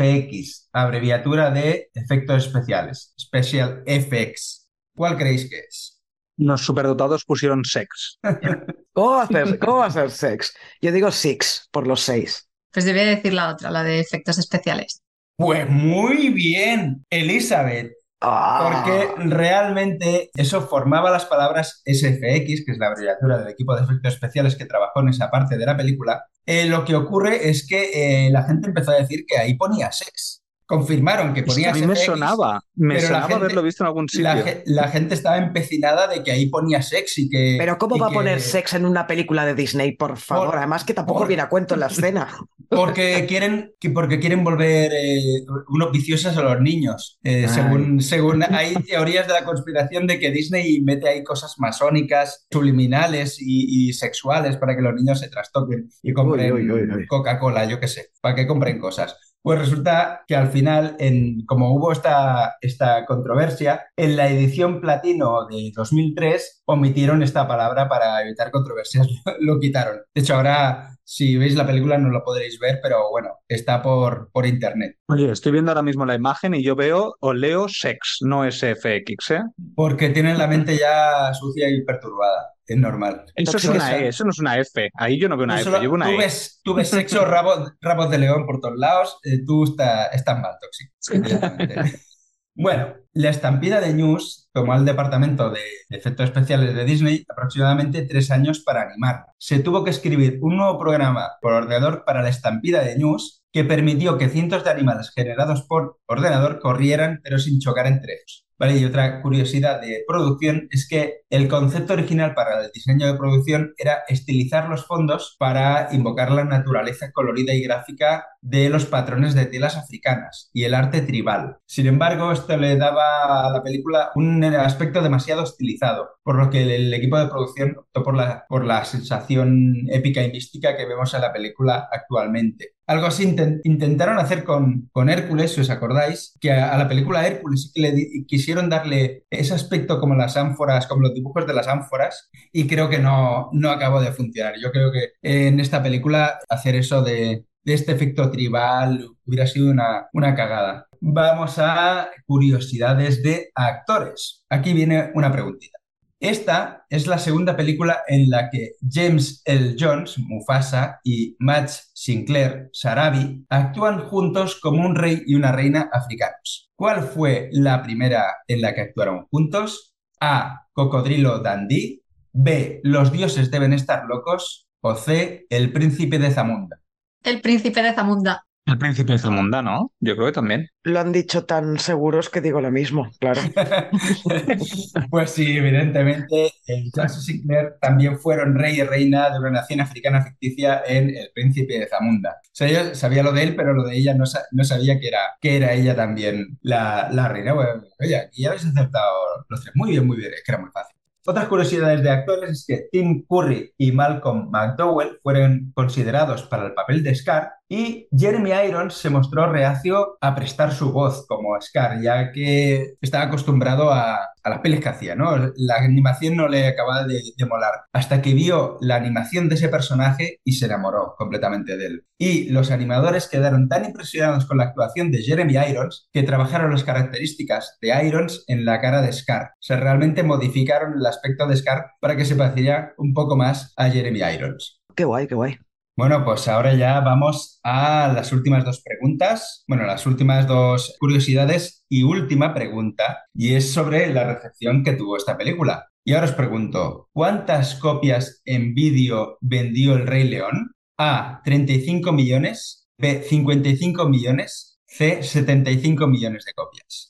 SFX, abreviatura de efectos especiales, Special Effects. ¿Cuál creéis que es? Los superdotados pusieron sex. ¿Cómo va a ser sex? Yo digo six, por los 6. Pues debía decir la otra, la de efectos especiales. Pues muy bien, Elizabeth. Porque realmente eso formaba las palabras SFX, que es la abreviatura del equipo de efectos especiales que trabajó en esa parte de la película. Lo que ocurre es que la gente empezó a decir que ahí ponía sex. Confirmaron que ponía SFX. A mí me sonaba haberlo visto en algún sitio. La gente estaba empecinada de que ahí ponía sex y que... Pero ¿cómo va a poner sex en una película de Disney, por favor? Además que tampoco viene a cuento en la escena. Porque quieren volver unos viciosos a los niños. Según hay teorías de la conspiración de que Disney mete ahí cosas masónicas, subliminales y sexuales para que los niños se trastoquen y compren Coca-Cola, yo qué sé, para que compren cosas. Pues resulta que al final, como hubo esta controversia, en la edición platino de 2003 omitieron esta palabra para evitar controversias, lo quitaron. De hecho, ahora, si veis la película no lo podréis ver, pero bueno, está por internet. Oye, estoy viendo ahora mismo la imagen y yo veo o leo sex, no SFX, ¿eh? Porque tienen la mente ya sucia y perturbada. Es normal. Eso es una E, eso no es una F. Ahí yo no veo una F, yo veo una E. Tú ves sexo, rabos de león por todos lados, tú estás mal, tóxico. Bueno, la estampida de News tomó al departamento de efectos especiales de Disney aproximadamente 3 años para animar. Se tuvo que escribir un nuevo programa por ordenador para la estampida de News que permitió que cientos de animales generados por ordenador corrieran pero sin chocar entre ellos. ¿Vale? Y otra curiosidad de producción es que el concepto original para el diseño de producción era estilizar los fondos para invocar la naturaleza colorida y gráfica de los patrones de telas africanas y el arte tribal. Sin embargo, esto le daba a la película un aspecto demasiado estilizado, por lo que el equipo de producción optó por la sensación épica y mística que vemos en la película actualmente. Algo así intentaron hacer con Hércules, si os acordáis, que a la película Hércules sí que quisieron darle ese aspecto como las ánforas, como los dibujos de las ánforas, y creo que no acabó de funcionar. Yo creo que en esta película hacer eso de este efecto tribal hubiera sido una cagada. Vamos a curiosidades de actores. Aquí viene una preguntita. Esta es la segunda película en la que James L. Jones, Mufasa, y Max Sinclair, Sarabi, actúan juntos como un rey y una reina africanos. ¿Cuál fue la primera en la que actuaron juntos? A. Cocodrilo Dundee. B. Los dioses deben estar locos. O C. El príncipe de Zamunda. El príncipe de Zamunda. El príncipe de Zamunda, ¿no? Yo creo que también. Lo han dicho tan seguros que digo lo mismo, claro. Pues sí, evidentemente, Jones y Sinclair también fueron rey y reina de una nación africana ficticia en El Príncipe de Zamunda. O sea, yo sabía lo de él, pero lo de ella no sabía que era ella también la reina. Bueno, oye, aquí ya habéis acertado los tres. Muy bien, es que era muy fácil. Otras curiosidades de actores es que Tim Curry y Malcolm McDowell fueron considerados para el papel de Scar y Jeremy Irons se mostró reacio a prestar su voz como Scar, ya que estaba acostumbrado a las pelis que hacía, ¿no? La animación no le acababa de molar, hasta que vio la animación de ese personaje y se enamoró completamente de él. Y los animadores quedaron tan impresionados con la actuación de Jeremy Irons que trabajaron las características de Irons en la cara de Scar. O sea, realmente modificaron el aspecto de Scar para que se pareciera un poco más a Jeremy Irons. Qué guay, qué guay. Bueno, pues ahora ya vamos a las últimas dos preguntas, bueno, las últimas dos curiosidades y última pregunta, y es sobre la recepción que tuvo esta película. Y ahora os pregunto, ¿cuántas copias en vídeo vendió El Rey León? A, 35 millones, B, 55 millones, C, 75 millones de copias.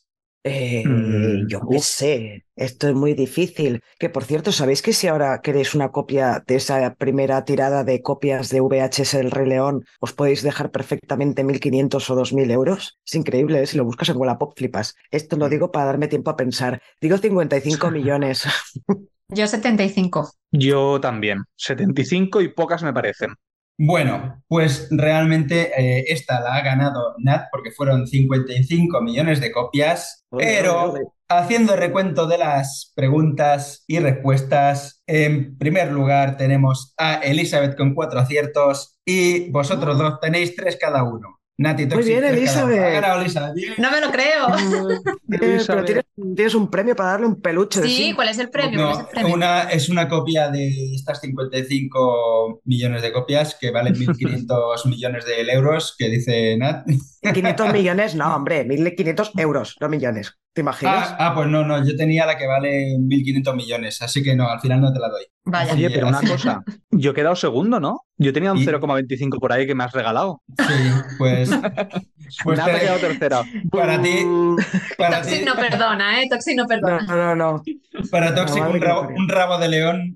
Yo qué sé, esto es muy difícil. Que por cierto, ¿sabéis que si ahora queréis una copia de esa primera tirada de copias de VHS del Rey León, os podéis dejar perfectamente 1.500 o 2.000 euros? Es increíble, ¿eh? Si lo buscas en Wallapop flipas. Esto lo digo para darme tiempo a pensar. Digo 55 millones. Yo 75. Yo también. 75 y pocas me parecen. Bueno, pues realmente esta la ha ganado Nat porque fueron 55 millones de copias, pero haciendo el recuento de las preguntas y respuestas, en primer lugar tenemos a Elizabeth con 4 aciertos y vosotros dos tenéis 3 cada uno. Nati, Muy bien, Elizabeth. Ha ganado Elizabeth. Bien. No me lo creo. Pero tienes un premio para darle un peluche de Sí, ¿cuál es el premio? No, ¿Cuál es el premio? es una copia de estas 55 millones de copias que valen 1.500 millones de euros, que dice Nat. 500 millones, no, hombre, 1.500 euros, no millones. ¿Te imaginas? Pues no, yo tenía la que vale 1.500 millones, así que no, al final no te la doy. Vaya. Oye, pero una Así- cosa, yo he quedado segundo, ¿no? Yo tenía un Y- 0,25 por ahí que me has regalado. Sí, pues Nada, he quedado tercera. para ti, para ti, Toxic no perdona, ¿eh? Toxic no No, perdona. no. para Toxic, La madre que lo parió. un rabo de león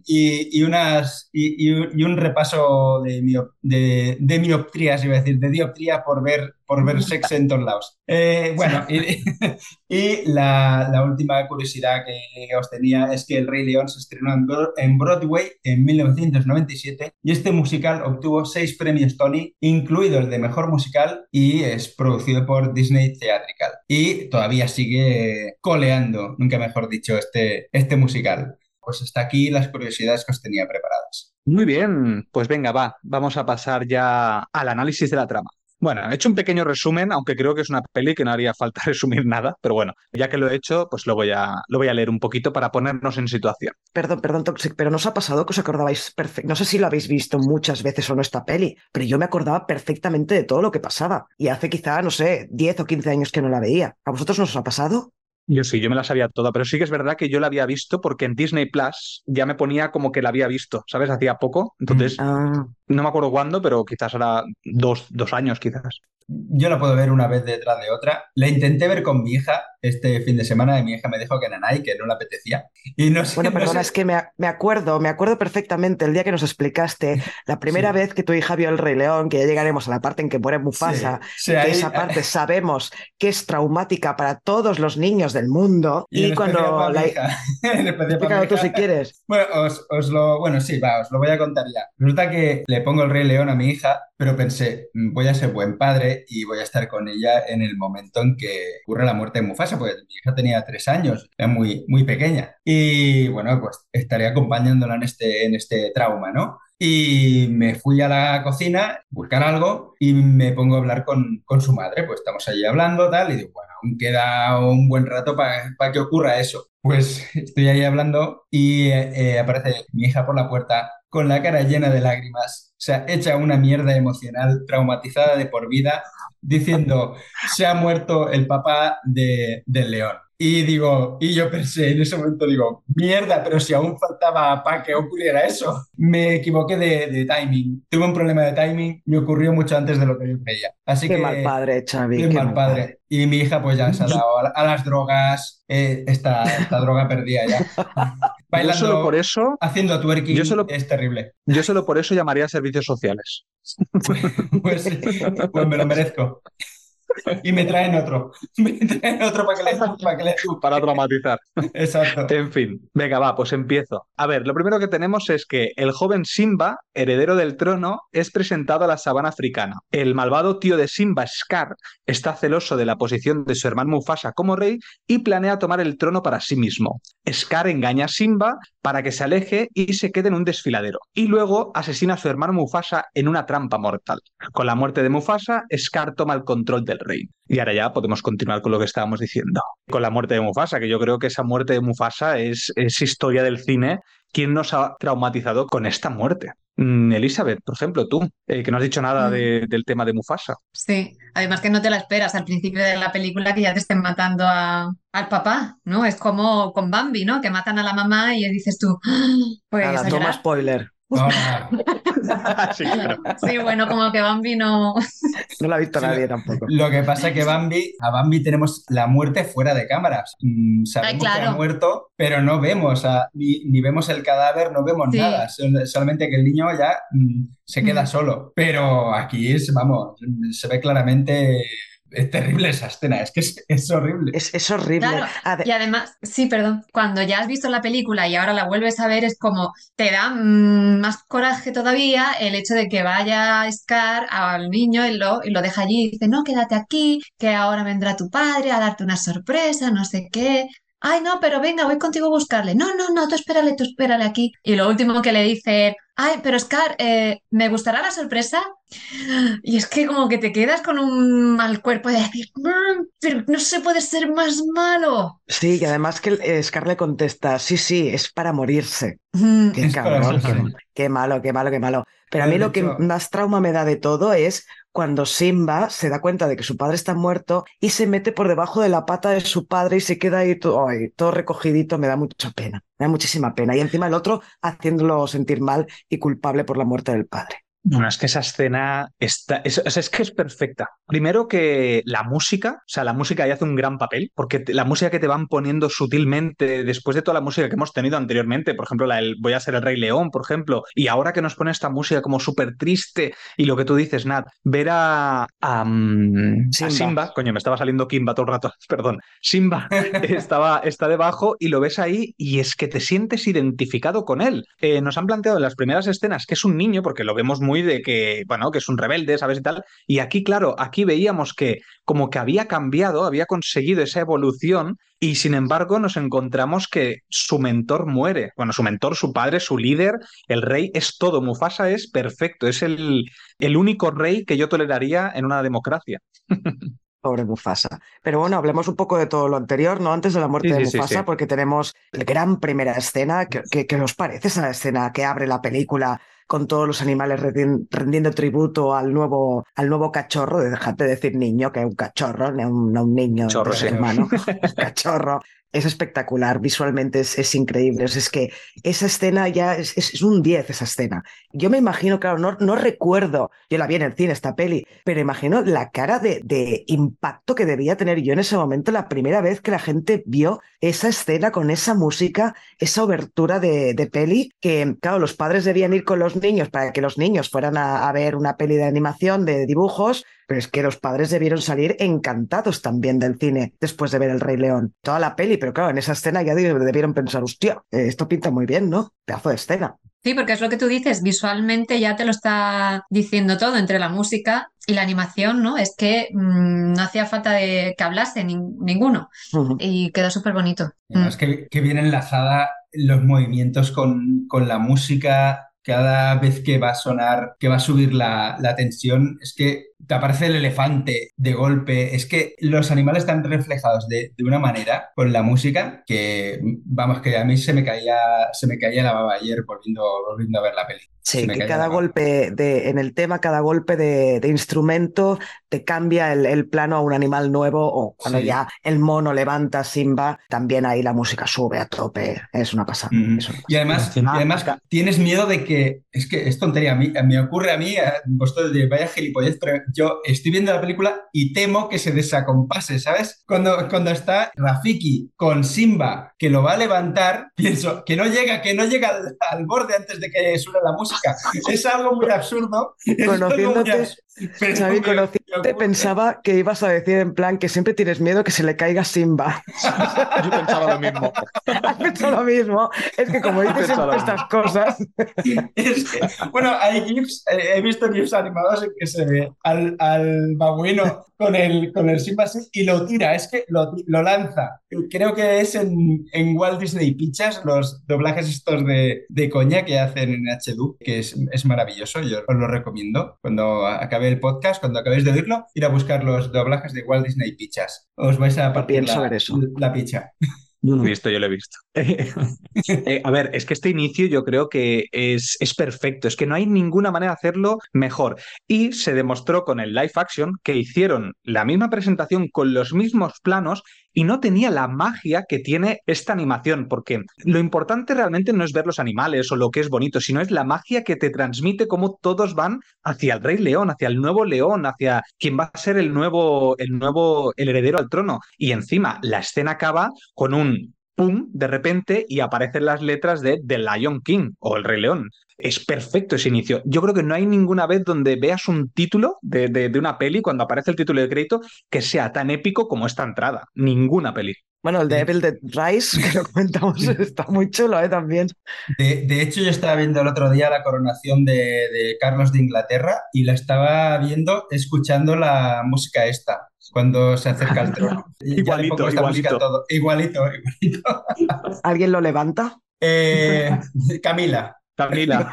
y un repaso de mioptrías, iba a decir, de dioptría por ver sexo en todos lados. Bueno, y la última curiosidad que os tenía es que El Rey León se estrenó en Broadway en 1997 y este musical obtuvo 6 premios Tony, incluido el de Mejor Musical, y es producido por Disney Theatrical. Y todavía sigue coleando, nunca mejor dicho, este musical. Pues hasta aquí las curiosidades que os tenía preparadas. Muy bien, pues venga, vamos a pasar ya al análisis de la trama. Bueno, he hecho un pequeño resumen, aunque creo que es una peli que no haría falta resumir nada, pero bueno, ya que lo he hecho, pues lo voy a leer un poquito para ponernos en situación. Perdón, Toxic, pero ¿nos ha pasado que os acordabais perfecto? No sé si lo habéis visto muchas veces o no esta peli, pero yo me acordaba perfectamente de todo lo que pasaba. Y hace quizá, no sé, 10 o 15 años que no la veía. ¿A vosotros no os ha pasado? Yo sí, yo me la sabía toda, pero sí que es verdad que yo la había visto porque en Disney Plus ya me ponía como que la había visto, ¿sabes? Hacía poco, entonces Ah, no me acuerdo cuándo, pero quizás era dos años, quizás. yo la puedo ver una vez detrás de otra. La intenté ver con mi hija este fin de semana y mi hija me dijo que nanay, que no la apetecía. Y no sé, Bueno, no perdona, sé. es que me acuerdo perfectamente el día que nos explicaste la primera Sí, vez que tu hija vio El Rey León, que ya llegaremos a la parte en que muere Mufasa, sí, que ahí, esa parte sabemos que es traumática para todos los niños del mundo, y en y especial cuando para mi la... hija. En especial para mi Explícalo tú hija. si quieres. Bueno, bueno, sí, va, os lo voy a contar ya. Resulta que le pongo el Rey León a mi hija, pero pensé, voy a ser buen padre y voy a estar con ella en el momento en que ocurre la muerte de Mufasa, porque mi hija tenía 3 años, era muy, muy pequeña. Y bueno, pues estaré acompañándola en este trauma, ¿no? Y me fui a la cocina a buscar algo y me pongo a hablar con su madre. Pues estamos allí hablando, tal, y digo, bueno, aún queda un buen rato para que ocurra eso. Pues estoy ahí hablando y aparece mi hija por la puerta con la cara llena de lágrimas, o sea, hecha una mierda emocional, traumatizada de por vida, diciendo, se ha muerto el papá del león. Y digo, y yo pensé, en ese momento digo, mierda, pero si aún faltaba para que ocurriera eso. Me equivoqué de timing. Tuve un problema de timing, me ocurrió mucho antes de lo que yo creía. Así Qué mal que, padre, Xavi, qué qué mal mal padre. padre. Y mi hija pues ya se ha dado a las drogas, esta droga perdida ya. Yo solo por Bailando, eso, haciendo yo twerking, solo, es terrible. yo solo por eso llamaría a servicios sociales. Pues, pues, pues me lo merezco. Y me traen otro. Me traen otro para que le Para eduque. traumatizar. Exacto. En fin, venga, va, pues empiezo. A ver, lo primero que tenemos es que el joven Simba, heredero del trono, es presentado a la sabana africana. El malvado tío de Simba, Scar, está celoso de la posición de su hermano Mufasa como rey y planea tomar el trono para sí mismo. Scar engaña a Simba para que se aleje y se quede en un desfiladero. Y luego asesina a su hermano Mufasa en una trampa mortal. Con la muerte de Mufasa, Scar toma el control del reino. Y ahora ya podemos continuar con lo que estábamos diciendo. Con la muerte de Mufasa, que yo creo que esa muerte de Mufasa es historia del cine. ¿Quién nos ha traumatizado con esta muerte? Elizabeth, por ejemplo, tú, que no has dicho nada Mm, del tema de Mufasa. sí, además que no te la esperas al principio de la película que ya te estén matando al papá, ¿no? Es como con Bambi, ¿no? Que matan a la mamá y dices tú, "Ah", pues Nada, a toma llorar. spoiler. Ahora, Sí, claro. Sí, bueno, como que Bambi no. No lo ha visto sí, nadie tampoco. lo que pasa es que a Bambi tenemos la muerte fuera de cámaras. Ay, Sabemos que ha claro, muerto, pero no vemos, ni vemos el cadáver, no vemos nada. sí. Solamente que el niño ya se queda Mm. solo. Pero aquí vamos, se ve claramente, es terrible esa escena, es que es horrible. Es horrible. Claro, y además, sí, perdón, cuando ya has visto la película y ahora la vuelves a ver, es como te da más coraje todavía el hecho de que vaya Scar al niño y lo deja allí y dice, no, quédate aquí, que ahora vendrá tu padre a darte una sorpresa, no sé qué. Ay, no, pero venga, voy contigo a buscarle. No, no, no, tú espérale aquí. Y lo último que le dice, ay, pero Scar, ¿me gustará la sorpresa? Y es que como que te quedas con un mal cuerpo de decir, pero no se puede ser más malo. Sí, y además que Scar le contesta, sí, sí, es para morirse. Mm, Qué Es para cabrón, morirse. qué malo, qué malo, qué malo. Pero a mí De lo que hecho, más trauma me da de todo es cuando Simba se da cuenta de que su padre está muerto y se mete por debajo de la pata de su padre y se queda ahí todo, ay, todo recogidito, me da mucha pena, me da muchísima pena. Y encima el otro haciéndolo sentir mal y culpable por la muerte del padre. Bueno, es que esa escena es que es perfecta. Primero que la música, o sea, la música ahí hace un gran papel, porque la música que te van poniendo sutilmente después de toda la música que hemos tenido anteriormente, por ejemplo, Voy a ser el Rey León, por ejemplo, y ahora que nos pone esta música como súper triste y lo que tú dices, Nat, ver a Simba. Simba, coño, me estaba saliendo Kimba todo el rato, perdón, Simba está debajo y lo ves ahí y es que te sientes identificado con él. Nos han planteado en las primeras escenas que es un niño, porque lo vemos muy de que, bueno, que es un rebelde, ¿sabes? Y tal. Y aquí, claro, aquí veíamos que como que había cambiado, había conseguido esa evolución y sin embargo nos encontramos que su mentor muere. Bueno, su mentor, su padre, su líder, el rey, es todo. Mufasa es perfecto, es el único rey que yo toleraría en una democracia. Pobre Mufasa. Pero bueno, hablemos un poco de todo lo anterior, ¿no? Antes de la Sí, muerte de sí, sí, sí. Mufasa, porque tenemos la gran primera escena. ¿Qué os parece esa escena que abre la película con todos los animales rendiendo tributo al nuevo cachorro? Dejad de decir niño, que es un cachorro, no un niño de Chorro, sí. ser humano, un cachorro. Es espectacular, visualmente es increíble. Es que esa escena ya es un 10 esa escena. Yo me imagino, claro, no recuerdo, yo la vi en el cine esta peli, pero imagino la cara de impacto que debía tener yo en ese momento, la primera vez que la gente vio esa escena con esa música, esa obertura de peli, que claro, los padres debían ir con los niños para que los niños fueran a ver una peli de animación, de dibujos, pero es que los padres debieron salir encantados también del cine después de ver El Rey León. Toda la peli, pero claro, en esa escena ya debieron pensar, hostia, esto pinta muy bien, ¿no? Pedazo de escena. Sí, porque es lo que tú dices, visualmente ya te lo está diciendo todo entre la música y la animación, ¿no? Es que no hacía falta de que hablase ninguno Ujú. y quedó súper bonito. Es que viene enlazada los movimientos con la música. Cada vez que va a sonar, que va a subir la tensión, es que te aparece el elefante de golpe. Es que los animales están reflejados de una manera con la música que, vamos, que a mí se me caía la baba ayer volviendo a ver la peli. Se Sí, me que caía cada la baba. golpe en el tema, cada golpe de instrumento te cambia el plano a un animal nuevo, o cuando Sí. ya el mono levanta a Simba, también ahí la música sube a tope. Es una pasada. Ujú. Es una Y pasada. además tienes miedo de que, es que es tontería, me ocurre a mí, vosotros diréis, vaya gilipollez, pero yo estoy viendo la película y temo que se desacompase, ¿sabes? Cuando está Rafiki con Simba, que lo va a levantar, pienso, que no llega al borde antes de que suene la música. Es algo muy absurdo, es algo muy Conociéndote, absurdo, pero Xavi, me conociéndote, ocurre. pensaba que ibas a decir en plan que siempre tienes miedo que se le caiga Simba. Yo pensaba lo mismo. Has pensado lo mismo. Es que como dices Pensaba lo siempre estas cosas. Es que, bueno, hay GIFs, he visto GIFs animados en que se ve al babuino con el Simba así y lo tira, es que lo lanza. Creo que es en Walt Disney Pictures, los doblajes estos de coña que hacen en HD, que es maravilloso, yo os lo recomiendo. Cuando acabe el podcast, cuando acabéis de oírlo, ir a buscar los doblajes de Walt Disney Pictures. Os vais a No partir pienso ver eso. la picha. Yo lo he visto, yo lo he visto. A ver, es que este inicio yo creo que es perfecto, es que no hay ninguna manera de hacerlo mejor. Y se demostró con el live action que hicieron la misma presentación con los mismos planos y no tenía la magia que tiene esta animación, porque lo importante realmente no es ver los animales o lo que es bonito, sino es la magia que te transmite cómo todos van hacia el Rey León, hacia el nuevo león, hacia quien va a ser el heredero al trono. Y encima la escena acaba con un pum de repente y aparecen las letras de The Lion King o El Rey León. Es perfecto ese inicio. Yo creo que no hay ninguna vez donde veas un título de una peli, cuando aparece el título de crédito, que sea tan épico como esta entrada. Ninguna peli. Bueno, el de Evil Dead Rise, que lo comentamos, está muy chulo, también. De hecho, yo estaba viendo el otro día la coronación de Carlos de Inglaterra y la estaba viendo escuchando la música esta, cuando se acerca al trono. Y ya le pongo Igualito, esta música a igualito. todo. Igualito. ¿Alguien lo levanta? Camila. Camila.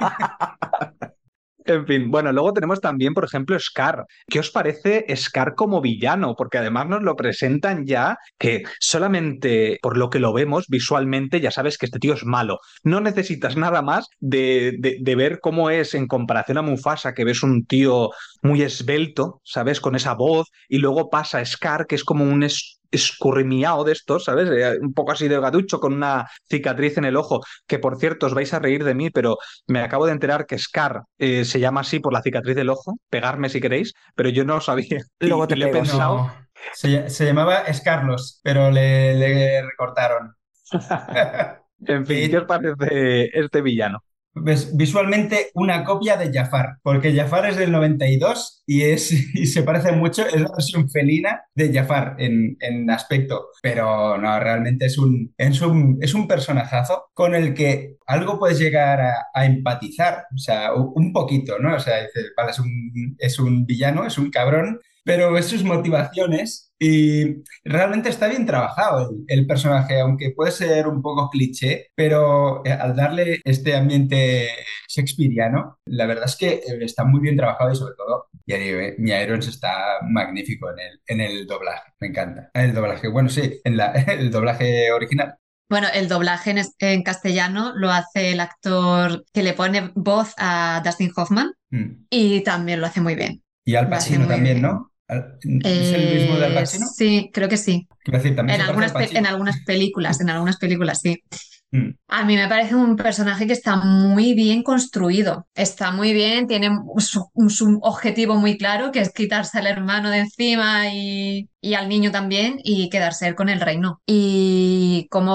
En fin, bueno, luego tenemos también, por ejemplo, Scar. ¿Qué os parece Scar como villano? Porque además nos lo presentan ya que solamente por lo que lo vemos visualmente ya sabes que este tío es malo. No necesitas nada más de ver cómo es en comparación a Mufasa, que ves un tío muy esbelto, ¿sabes? Con esa voz, y luego pasa Scar, que es como un escurrimiao de estos, ¿sabes? Un poco así delgaducho, con una cicatriz en el ojo, que por cierto os vais a reír de mí, pero me acabo de enterar que Scar se llama así por la cicatriz del ojo, pegarme si queréis, pero yo no lo sabía. Luego te Y lo he pego, pensado. No, se llamaba Scarlos, pero le recortaron. En fin, ¿qué os parece este villano? Ves, visualmente una copia de Jafar, porque Jafar es del 92 y se parece mucho, es la versión felina de Jafar en aspecto, pero no, realmente es un personajazo con el que algo puedes llegar a empatizar, o sea, un poquito, ¿no? O sea, dices, vale, es un villano, es un cabrón, pero ves sus motivaciones y realmente está bien trabajado el personaje, aunque puede ser un poco cliché, pero al darle este ambiente shakespeariano, la verdad es que está muy bien trabajado y sobre todo Jeremy Irons está magnífico en el doblaje, me encanta. El doblaje, bueno, sí, el doblaje original. Bueno, el doblaje en castellano lo hace el actor que le pone voz a Dustin Hoffman Mm. y también lo hace muy bien. Y Al Lo hace Pacino muy también, bien. ¿no? ¿Es el mismo de Al Pacino? Sí, creo que sí. Quiero decir, también En se parece al en Pacino. algunas películas, sí. Mm. A mí me parece un personaje que está muy bien construido, está muy bien, tiene su objetivo muy claro, que es quitarse al hermano de encima y al niño también y quedarse él con el reino. Y cómo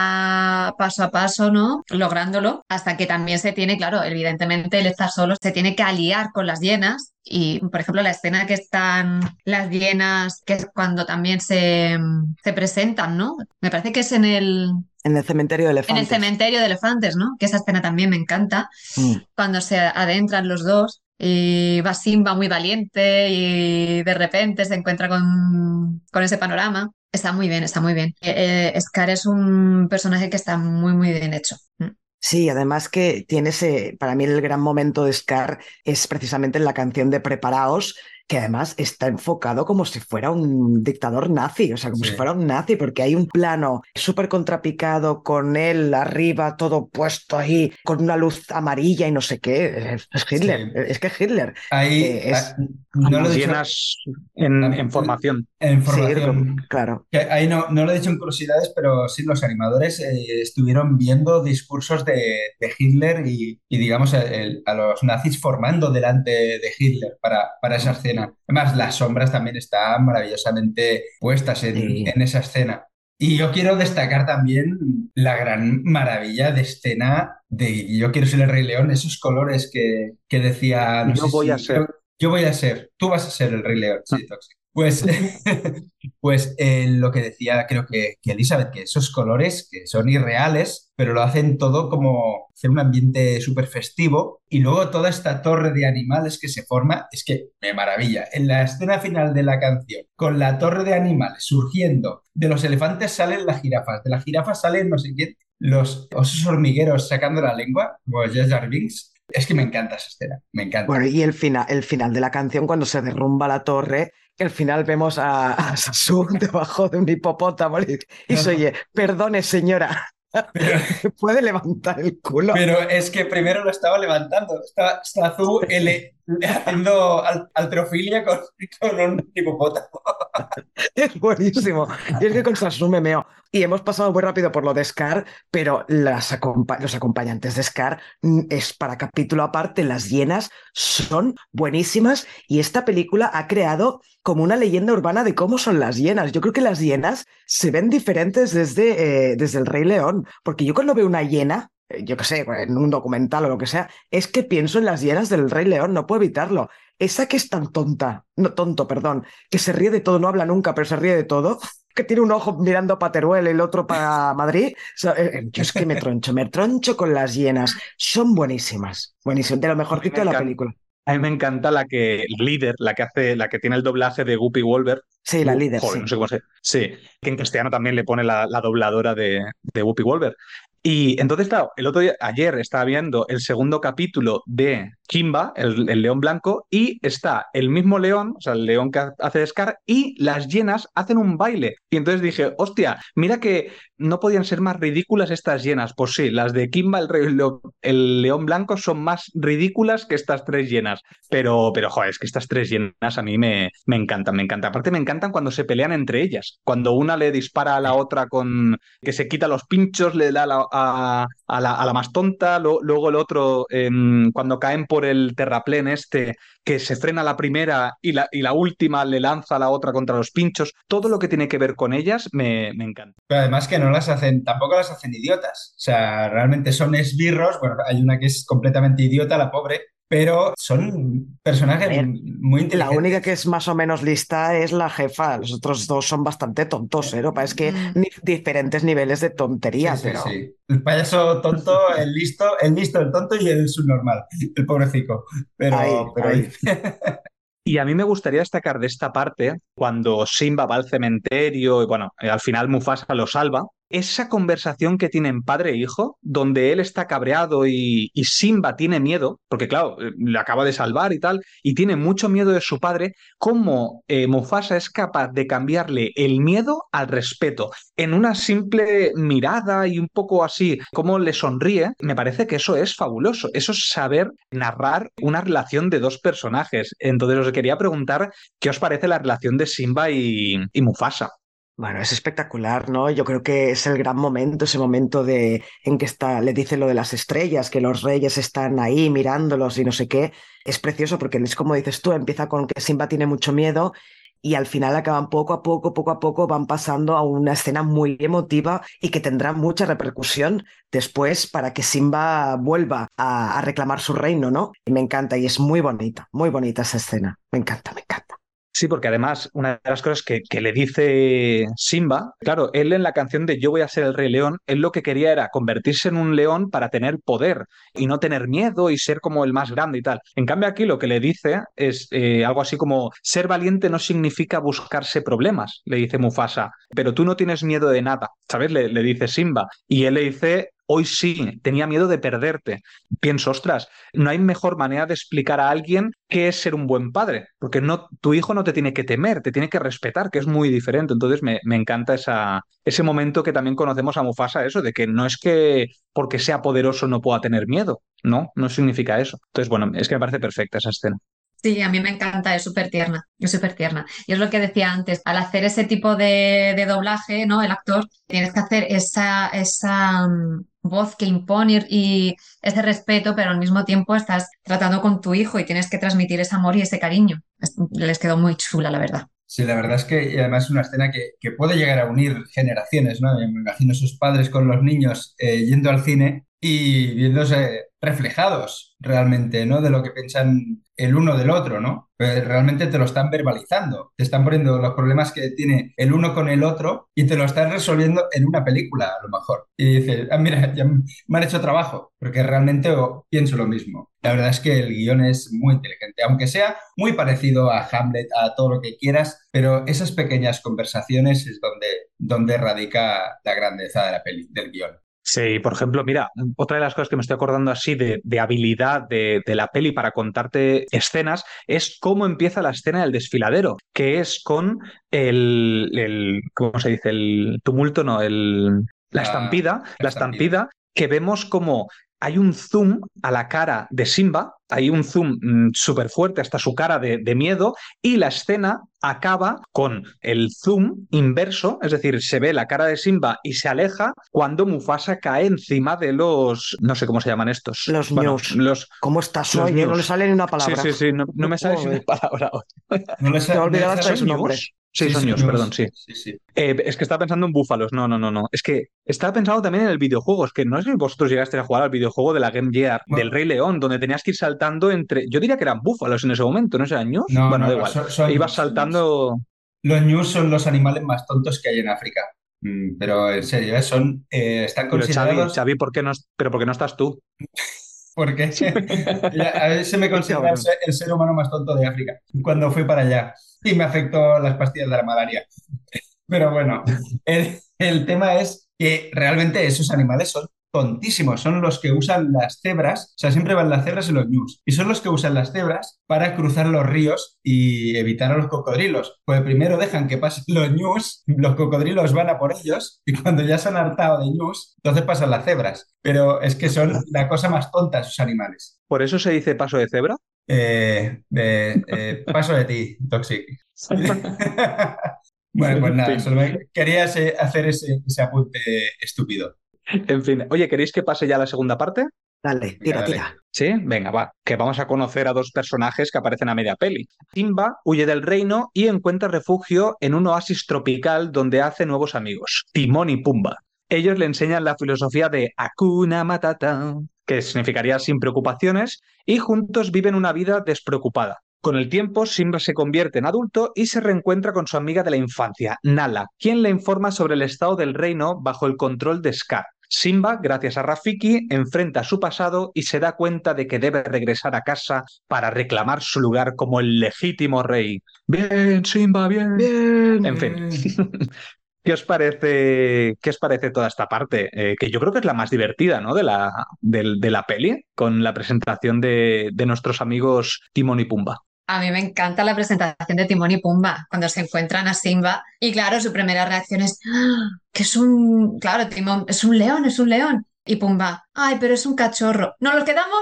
va paso a paso, ¿no? Lográndolo, hasta que también se tiene, claro, evidentemente él está solo, se tiene que aliar con las hienas. Y, por ejemplo, la escena que están las hienas, que es cuando también se presentan, ¿no? Me parece que es En el cementerio de en el elefantes. cementerio de elefantes, ¿no? Que esa escena también me encanta, Mm. cuando se adentran los dos y va Simba muy valiente y de repente se encuentra con ese panorama. Está muy bien, está muy bien. Scar es un personaje que está muy, muy bien hecho. Sí, además que tiene ese, para mí el gran momento de Scar es precisamente en la canción de Preparaos, que además está enfocado como si fuera un dictador nazi, o sea, como si Sí. fuera un nazi, porque hay un plano súper contrapicado con él arriba, todo puesto ahí, con una luz amarilla y no sé qué. Es Hitler, Sí. es que Hitler Ahí, es... no lo he Las dicho llenas ah, en formación. en Sí, formación. claro. Que ahí no lo he dicho en curiosidades, pero sí, los animadores estuvieron viendo discursos de Hitler y digamos, a los nazis formando delante de Hitler para esa escena. Además, las sombras también están maravillosamente puestas Sí. en esa escena. Y yo quiero destacar también la gran maravilla de escena de Yo quiero ser el Rey León, esos colores que decía, no sé Yo voy a si, ser. creo, yo voy a ser, tú vas a ser el Rey León, sí, Toxic. Pues, pues lo que decía, creo que Elizabeth, que esos colores que son irreales, pero lo hacen todo como hacer un ambiente súper festivo. Y luego toda esta torre de animales que se forma, es que me maravilla. En la escena final de la canción, con la torre de animales surgiendo, de los elefantes salen las jirafas, de las jirafas salen no sé quién, los osos hormigueros sacando la lengua, como Jar Jar Binks. Es que me encanta esa escena, me Bueno, encanta. y el final de la canción, cuando se derrumba la torre, que al final vemos a Sasu debajo de un hipopótamo y se oye, perdone señora, Pero, ¿puede levantar el culo? Pero es que primero lo estaba levantando. Está Azul haciendo altrofilia con un hipopótamo. Es buenísimo. Y es que con Sasu me meo. Y hemos pasado muy rápido por lo de Scar, pero los acompañantes de Scar es para capítulo aparte. Las hienas son buenísimas y esta película ha creado como una leyenda urbana de cómo son las hienas. Yo creo que las hienas se ven diferentes desde el Rey León, porque yo cuando veo una hiena, yo qué sé, en un documental o lo que sea, es que pienso en las hienas del Rey León, no puedo evitarlo. Esa que es tan tonta, no tonto, perdón, que se ríe de todo, no habla nunca, pero se ríe de todo, que tiene un ojo mirando para Teruel y el otro para Madrid. O sea, yo es que me troncho con las hienas. Son buenísimas, buenísimas, de lo A mí mejorcito me de la encanta. película. A mí me encanta la líder, la que tiene el doblaje de Guppy Wolver. Sí, la líder, Joder, no sí. sé cómo se. Sí, que en castellano también le pone la dobladora de Whoopi Wolver. Y entonces, claro, el otro día, ayer estaba viendo el segundo capítulo de Kimba, el león blanco, y está el mismo león, o sea, el león que hace de Scar, y las hienas hacen un baile. Y entonces dije, hostia, mira que no podían ser más ridículas estas hienas. Pues sí, las de Kimba, el león blanco, son más ridículas que estas tres hienas. Pero, joder, es que estas tres hienas a mí me encantan, me encantan. Aparte, me encantan cuando se pelean entre ellas. Cuando una le dispara a la otra con que se quita los pinchos, le da a la más tonta. Luego el otro, cuando caen por el terraplén este, que se frena la primera y la última le lanza a la otra contra los pinchos. Todo lo que tiene que ver con ellas me encanta. Pero además que no las hacen, tampoco las hacen idiotas. O sea, realmente son esbirros. Bueno, hay una que es completamente idiota, la pobre, pero son A personajes ver, muy la única que inteligentes. es más o menos lista es la jefa. Los otros dos son bastante tontos, ¿eh? Lo que pasa es que Mm. diferentes niveles de Sí, tontería, sí, pero sí. El payaso tonto, el listo, el tonto y el subnormal, el pobrecito. ahí, Pero ahí. Y a mí me gustaría destacar de esta parte, cuando Simba va al cementerio y bueno, al final Mufasa lo salva, esa conversación que tienen padre e hijo, donde él está cabreado y Simba tiene miedo, porque claro, le acaba de salvar y tal, y tiene mucho miedo de su padre, cómo Mufasa es capaz de cambiarle el miedo al respeto en una simple mirada y un poco así, cómo le sonríe. Me parece que eso es fabuloso, eso es saber narrar una relación de dos personajes. Entonces os quería preguntar qué os parece la relación de Simba y Mufasa. Bueno, es espectacular, ¿no? Yo creo que es el gran momento, ese momento en que le dice lo de las estrellas, que los reyes están ahí mirándolos y no sé qué. Es precioso porque es como dices tú, empieza con que Simba tiene mucho miedo y al final acaban poco a poco, van pasando a una escena muy emotiva y que tendrá mucha repercusión después para que Simba vuelva a reclamar su reino, ¿no? Y me encanta y es muy bonita esa escena. Me encanta, me encanta. Sí, porque además una de las cosas que le dice Simba, claro, él en la canción de Yo voy a ser el Rey León, él lo que quería era convertirse en un león para tener poder y no tener miedo y ser como el más grande y tal. En cambio aquí lo que le dice es algo así como ser valiente no significa buscarse problemas, le dice Mufasa, pero tú no tienes miedo de nada, ¿sabes? Le dice Simba y él le dice... Hoy sí, tenía miedo de perderte. Pienso, ostras, no hay mejor manera de explicar a alguien qué es ser un buen padre, porque no, tu hijo no te tiene que temer, te tiene que respetar, que es muy diferente. Entonces me encanta ese momento que también conocemos a Mufasa, eso, de que no es que porque sea poderoso no pueda tener miedo, no significa eso. Entonces, bueno, es que me parece perfecta esa escena. Sí, a mí me encanta, es súper tierna, es súper tierna. Y es lo que decía antes, al hacer ese tipo de doblaje, ¿no? El actor, tienes que hacer esa voz que impone y ese respeto, pero al mismo tiempo estás tratando con tu hijo y tienes que transmitir ese amor y ese cariño. Les quedó muy chula, la verdad. Sí, la verdad es que y además es una escena que puede llegar a unir generaciones, ¿no? Yo me imagino esos padres con los niños yendo al cine y viéndose reflejados realmente, ¿no? De lo que piensan el uno del otro, ¿no? Realmente te lo están verbalizando, te están poniendo los problemas que tiene el uno con el otro y te lo están resolviendo en una película, a lo mejor. Y dices, ah, mira, ya me han hecho trabajo, porque realmente pienso lo mismo. La verdad es que el guión es muy inteligente, aunque sea muy parecido a Hamlet, a todo lo que quieras, pero esas pequeñas conversaciones es donde radica la grandeza de la peli, del guión. Sí, por ejemplo, mira, otra de las cosas que me estoy acordando así de habilidad de la peli para contarte escenas es cómo empieza la escena del desfiladero, que es con ¿cómo se dice? El tumulto, no, la estampida, que vemos como hay un zoom a la cara de Simba, hay un zoom súper fuerte hasta su cara de miedo y la escena acaba con el zoom inverso, es decir, se ve la cara de Simba y se aleja cuando Mufasa cae encima de los... no sé cómo se llaman estos. Los Bueno, news. ¿Cómo estás hoy? No le sale ni una palabra. Sí, no me sale ni una palabra hoy. No les Te he olvidado hasta ¿Son su nombre. news? Sí, son news, perdón, sí. Es que estaba pensando en búfalos. No. Es que estaba pensando también en el videojuego. Es que no sé si vosotros llegasteis a jugar al videojuego de la Game Gear, del Rey León, donde tenías que ir saltando entre... Yo diría que eran búfalos en ese momento, ¿no eran news? No, bueno, no, da igual. son Ibas saltando... Los ñus son los animales más tontos que hay en África. Pero en serio, están Pero considerados... Xavi, ¿por qué no estás tú? Porque a veces se me considera el ser humano más tonto de África cuando fui para allá y me afectó las pastillas de la malaria. Pero bueno, el tema es que realmente esos animales son tontísimos, son los que usan las cebras, o sea, siempre van las cebras y los ñus, y son los que usan las cebras para cruzar los ríos y evitar a los cocodrilos. Pues primero dejan que pasen los ñus, los cocodrilos van a por ellos, y cuando ya se han hartado de ñus, entonces pasan las cebras. Pero es que son la cosa más tonta esos animales. ¿Por eso se dice paso de cebra? Paso de ti, Toxic. Bueno, pues nada, solo quería hacer ese apunte estúpido. En fin, oye, ¿queréis que pase ya la segunda parte? Dale, Venga, tira. Sí, venga, va, que vamos a conocer a dos personajes que aparecen a media peli. Simba huye del reino y encuentra refugio en un oasis tropical donde hace nuevos amigos, Timón y Pumba. Ellos le enseñan la filosofía de Hakuna Matata, que significaría sin preocupaciones, y juntos viven una vida despreocupada. Con el tiempo, Simba se convierte en adulto y se reencuentra con su amiga de la infancia, Nala, quien le informa sobre el estado del reino bajo el control de Scar. Simba, gracias a Rafiki, enfrenta su pasado y se da cuenta de que debe regresar a casa para reclamar su lugar como el legítimo rey. Bien, Simba, bien. Bien. En fin. ¿Qué os parece toda esta parte? Que yo creo que es la más divertida, ¿no? De la peli, con la presentación de nuestros amigos Timón y Pumba. A mí me encanta la presentación de Timón y Pumba cuando se encuentran a Simba y claro, su primera reacción es "¡Ah! Que es un... Claro, Timón, es un león, es un león. Y Pumba, ay, pero es un cachorro. ¿Nos lo quedamos?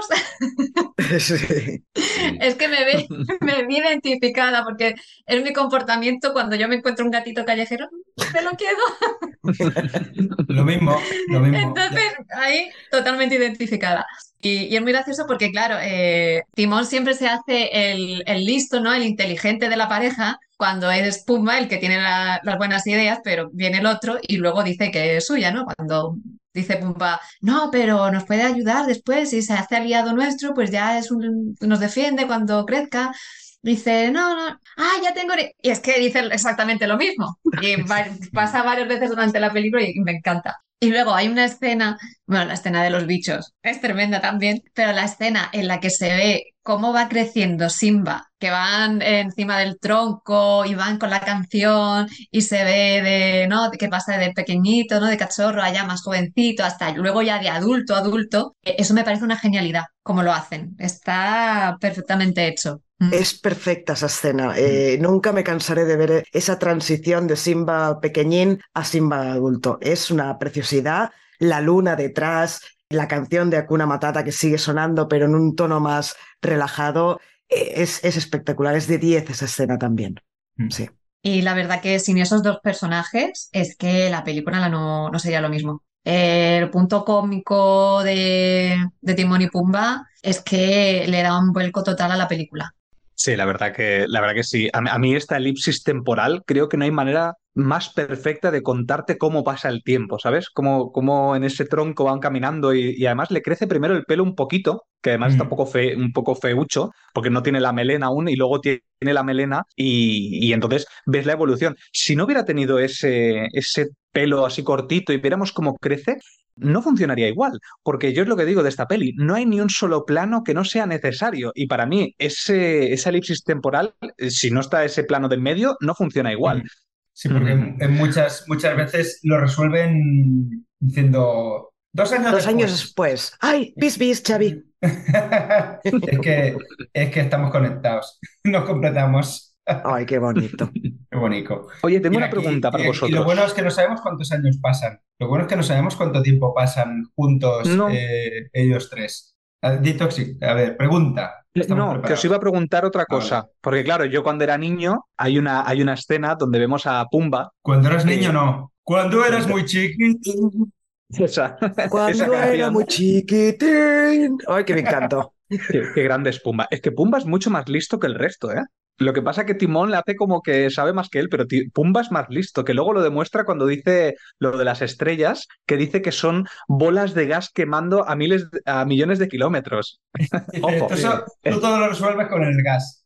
Sí. Es que me vi identificada porque es mi comportamiento cuando yo me encuentro un gatito callejero, me lo quedo. Lo mismo, lo mismo. Entonces, ahí totalmente identificada. Y es muy gracioso porque, claro, Timón siempre se hace el listo, ¿no? El inteligente de la pareja, cuando es Pumba el que tiene las buenas ideas, pero viene el otro y luego dice que es suya, ¿no? Cuando dice Pumba, no, pero nos puede ayudar después, si se hace aliado nuestro, pues ya nos defiende cuando crezca. Dice, no, no, ya tengo... Y es que dice exactamente lo mismo. Y pasa varias veces durante la película y me encanta. Y luego hay una escena, bueno, la escena de los bichos es tremenda también, pero la escena en la que se ve cómo va creciendo Simba, que van encima del tronco y van con la canción y se ve ¿no? Que pasa de pequeñito, ¿no? De cachorro, allá más jovencito, hasta luego ya de adulto, adulto. Eso me parece una genialidad, cómo lo hacen. Está perfectamente hecho. Es perfecta esa escena. Nunca me cansaré de ver esa transición de Simba pequeñín a Simba adulto. Es una preciosidad. La luna detrás, la canción de Hakuna Matata que sigue sonando, pero en un tono más relajado. Es espectacular. Es de 10 esa escena también. Sí. Y la verdad que sin esos dos personajes es que la película no sería lo mismo. El punto cómico de Timón y Pumba es que le da un vuelco total a la película. Sí, la verdad que sí. A mí esta elipsis temporal creo que no hay manera más perfecta de contarte cómo pasa el tiempo, ¿sabes? Cómo en ese tronco van caminando y además le crece primero el pelo un poquito, que además está un poco feucho, porque no tiene la melena aún y luego tiene la melena y entonces ves la evolución. Si no hubiera tenido ese pelo así cortito y viéramos cómo crece, no funcionaría igual, porque yo es lo que digo de esta peli, no hay ni un solo plano que no sea necesario y para mí esa elipsis temporal, si no está ese plano del medio, no funciona igual. Sí, porque en muchas veces lo resuelven diciendo 2 años después. ¡Ay! Bis, Xavi! es que estamos conectados, nos completamos. ¡Ay, qué bonito! Qué bonito. Oye, tengo una pregunta para vosotros. Y lo bueno es que no sabemos cuántos años pasan. Lo bueno es que no sabemos cuánto tiempo pasan juntos ellos tres. Ditoxi, a ver, pregunta. No, que os iba a preguntar otra cosa. Vale. Porque claro, yo cuando era niño hay una escena donde vemos a Pumba. Cuando eras niño, no. Cuando eras muy chiquitín. Cuando era muy chiquitín. ¡Ay, que me encantó! Qué grande es Pumba. Es que Pumba es mucho más listo que el resto, ¿eh? Lo que pasa es que Timón le hace como que sabe más que él, pero Pumba es más listo, que luego lo demuestra cuando dice lo de las estrellas, que dice que son bolas de gas quemando a millones de kilómetros. Ojo. Tú todo lo resuelves con el gas.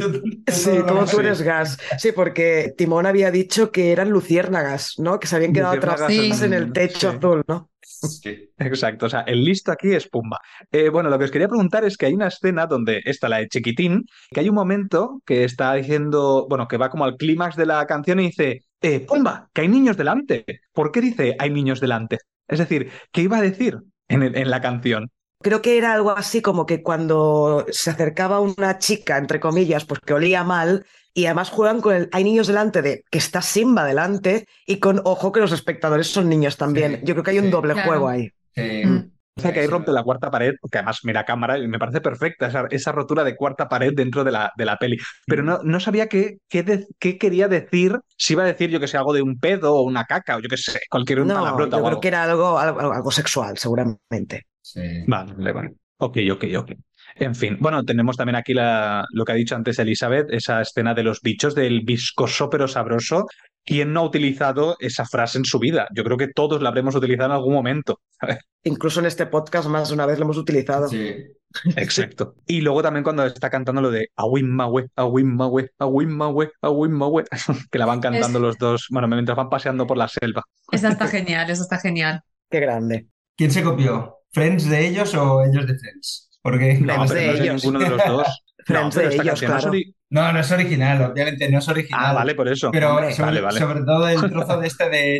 Tú eres gas. Sí, porque Timón había dicho que eran luciérnagas, ¿no? Que se habían quedado atrapadas en el techo azul, ¿no? Sí, exacto, o sea, el listo aquí es Pumba. Bueno, lo que os quería preguntar es que hay una escena donde está la de Chiquitín, que hay un momento que está diciendo, bueno, que va como al clímax de la canción y dice, Pumba, que hay niños delante. ¿Por qué dice hay niños delante? Es decir, ¿qué iba a decir en la canción? Creo que era algo así como que cuando se acercaba una chica, entre comillas, pues que olía mal, y además juegan con hay niños delante de que está Simba delante y con ojo que los espectadores son niños también. Sí, yo creo que hay un doble juego ahí. Sí. O sea que ahí rompe la cuarta pared, porque además mira cámara y me parece perfecta esa rotura de cuarta pared dentro de la peli. Pero no sabía qué quería decir, si iba a decir yo que sé, algo de un pedo o una caca o yo que sé, cualquier palabrota. Yo creo que era algo sexual, seguramente. Sí. Vale. Ok. En fin, bueno, tenemos también aquí lo que ha dicho antes Elizabeth, esa escena de los bichos, del viscoso pero sabroso. ¿Quién no ha utilizado esa frase en su vida? Yo creo que todos la habremos utilizado en algún momento. Incluso en este podcast más de una vez lo hemos utilizado. Sí. Exacto. Y luego también cuando está cantando lo de Awimmawe, Awimmawe, Awimmawe, Awimmawe, que la van cantando los dos, bueno, mientras van paseando por la selva. Eso está genial. Qué grande. ¿Quién se copió? ¿Friends de ellos o ellos de Friends? Porque no sé ninguno de los dos. Friends pero de esta ellos, canción no es claro. No, no es original, obviamente no es original. Ah, vale, por eso. Pero Hombre, vale. sobre todo el trozo de este de...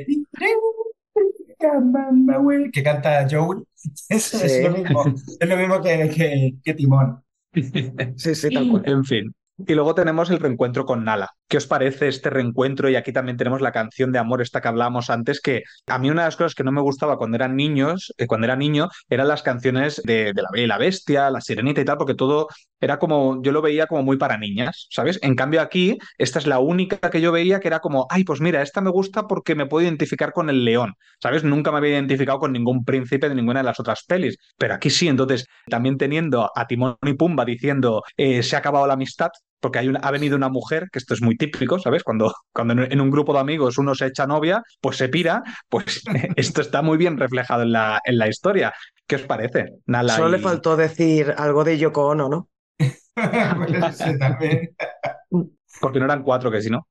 que canta Joey, es lo Sí, mismo. Es lo mismo que Timón. sí, sí, tal cual. En fin. Y luego tenemos el reencuentro con Nala. ¿Qué os parece este reencuentro? Y aquí también tenemos la canción de amor, esta que hablábamos antes, que a mí una de las cosas que no me gustaba cuando eran niños, cuando era niño, eran las canciones de La Bella y la Bestia, La Sirenita y tal, porque todo era como, yo lo veía como muy para niñas, ¿sabes? En cambio aquí, esta es la única que yo veía que era como, ay, pues mira, esta me gusta porque me puedo identificar con el león, ¿sabes? Nunca me había identificado con ningún príncipe de ninguna de las otras pelis, pero aquí sí, entonces también teniendo a Timón y Pumba diciendo, se ha acabado la amistad, porque ha venido una mujer, que esto es muy típico, ¿sabes? Cuando en un grupo de amigos uno se echa novia, pues se pira, pues esto está muy bien reflejado en la historia. ¿Qué os parece? Nala Solo le y... faltó decir algo de Yoko Ono, ¿no? Pues sí, también. Porque no eran cuatro, que si no.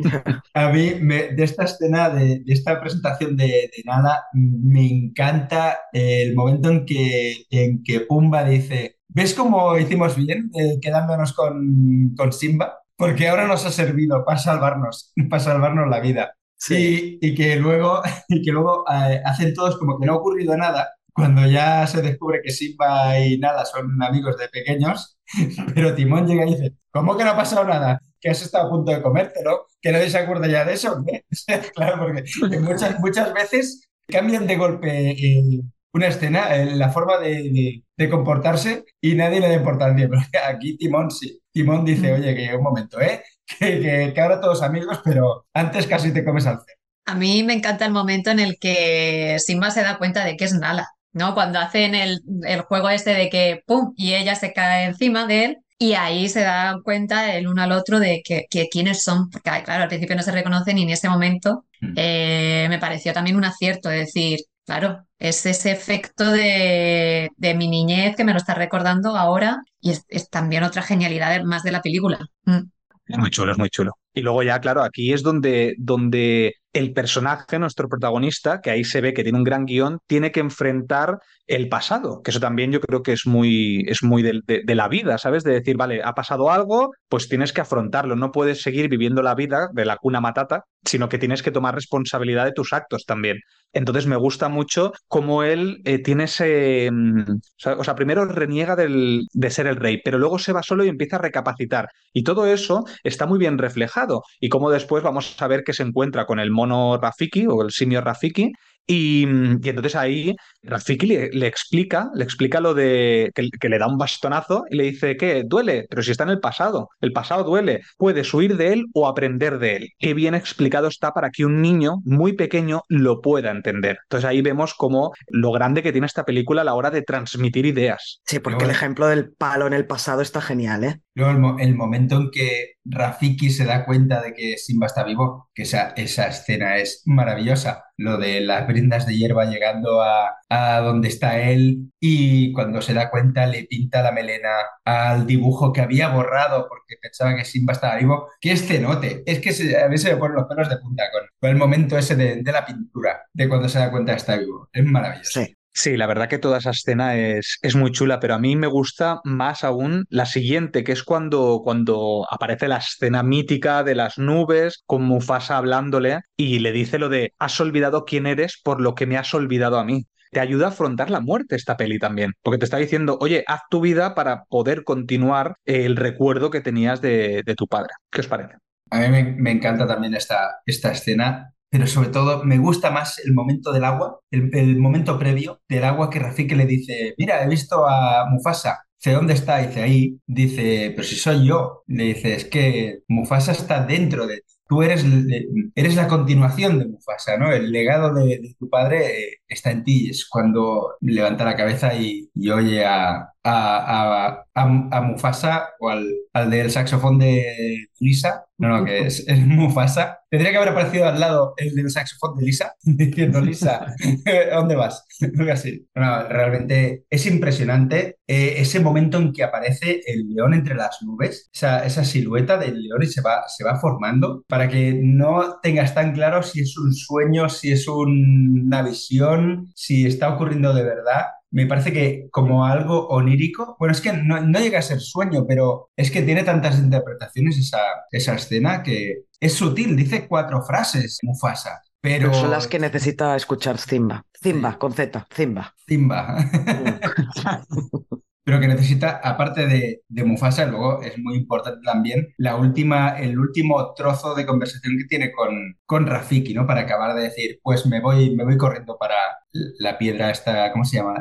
A mí, de esta escena, de esta presentación de Nala, me encanta el momento en que Pumba dice, ¿ves cómo hicimos bien quedándonos con Simba? Porque ahora nos ha servido para salvarnos la vida. Sí. Y que luego hacen todos como que no ha ocurrido nada, cuando ya se descubre que Simba y Nala son amigos de pequeños, pero Timón llega y dice, ¿cómo que no ha pasado nada? Que has estado a punto de comértelo, que nadie se acuerda ya de eso, ¿qué? Claro, porque muchas veces cambian de golpe una escena, la forma de comportarse y nadie le da importancia. Pero aquí Timón sí. Timón dice, oye, que un momento, que ahora todos amigos, pero antes casi te comes al cerdo. A mí me encanta el momento en el que Simba se da cuenta de que es Nala, ¿no? Cuando hacen el juego este de que ¡pum! Y ella se cae encima de él y ahí se dan cuenta el uno al otro de que quiénes son, porque claro, al principio no se reconocen y en ese momento me pareció también un acierto, es decir, claro, es ese efecto de mi niñez que me lo está recordando ahora y es también otra genialidad más de la película. Es muy chulo, es muy chulo. Y luego ya, claro, aquí es donde el personaje, nuestro protagonista, que ahí se ve que tiene un gran guión, tiene que enfrentar el pasado, que eso también yo creo que es muy de la vida, ¿sabes? De decir, vale, ha pasado algo, pues tienes que afrontarlo, no puedes seguir viviendo la vida de la cuna matata, sino que tienes que tomar responsabilidad de tus actos también. Entonces me gusta mucho cómo él tiene ese... o sea, primero reniega de ser el rey, pero luego se va solo y empieza a recapacitar. Y todo eso está muy bien reflejado. Y cómo después vamos a ver que se encuentra con el mono Rafiki o el simio Rafiki. Y entonces ahí Rafiki le explica lo de que le da un bastonazo y le dice, ¿qué? Duele, pero si está en el pasado duele, puedes huir de él o aprender de él. Qué bien explicado está para que un niño muy pequeño lo pueda entender. Entonces ahí vemos como lo grande que tiene esta película a la hora de transmitir ideas. Sí, porque el Luego, ejemplo del palo en el pasado está genial, ¿eh? luego el momento en que Rafiki se da cuenta de que Simba está vivo, que esa escena es maravillosa. Lo de las brindas de hierba llegando a donde está él y cuando se da cuenta le pinta la melena al dibujo que había borrado porque pensaba que Simba estaba vivo. ¡Qué escenote! Es que a mí se me ponen los pelos de punta con el momento ese de la pintura, de cuando se da cuenta que está vivo. Es maravilloso. Sí. Sí, la verdad que toda esa escena es muy chula, pero a mí me gusta más aún la siguiente, que es cuando aparece la escena mítica de las nubes, con Mufasa hablándole y le dice lo de, has olvidado quién eres por lo que me has olvidado a mí. Te ayuda a afrontar la muerte esta peli también, porque te está diciendo, oye, haz tu vida para poder continuar el recuerdo que tenías de tu padre. ¿Qué os parece? A mí me encanta también esta escena, pero sobre todo me gusta más el momento del agua, el momento previo del agua que Rafiki le dice, mira, he visto a Mufasa. Dice, ¿dónde está? Dice, ahí. Dice, pero si soy yo. Le dice, es que Mufasa está dentro de ti. Tú eres la continuación de Mufasa, ¿no? El legado de tu padre está en ti. Es cuando levanta la cabeza y oye a Mufasa o al del saxofón de Lisa. No, que es Mufasa. Tendría que haber aparecido al lado el del saxofón de Lisa, diciendo, Lisa, ¿a dónde vas? Algo así. No, realmente es impresionante ese momento en que aparece el león entre las nubes, esa silueta del león y se va formando para que no tengas tan claro si es un sueño, si es una visión, si está ocurriendo de verdad. me parece que como algo onírico, bueno, es que no llega a ser sueño, pero es que tiene tantas interpretaciones esa escena que es sutil, dice 4 frases, Mufasa, Pero son las pero que necesita escuchar Simba. Simba, sí, con Z, Simba. Simba. Mm. Pero que necesita, aparte de Mufasa, luego es muy importante también el último trozo de conversación que tiene con Rafiki, ¿no? Para acabar de decir, pues me voy corriendo para la piedra esta, ¿cómo se llama?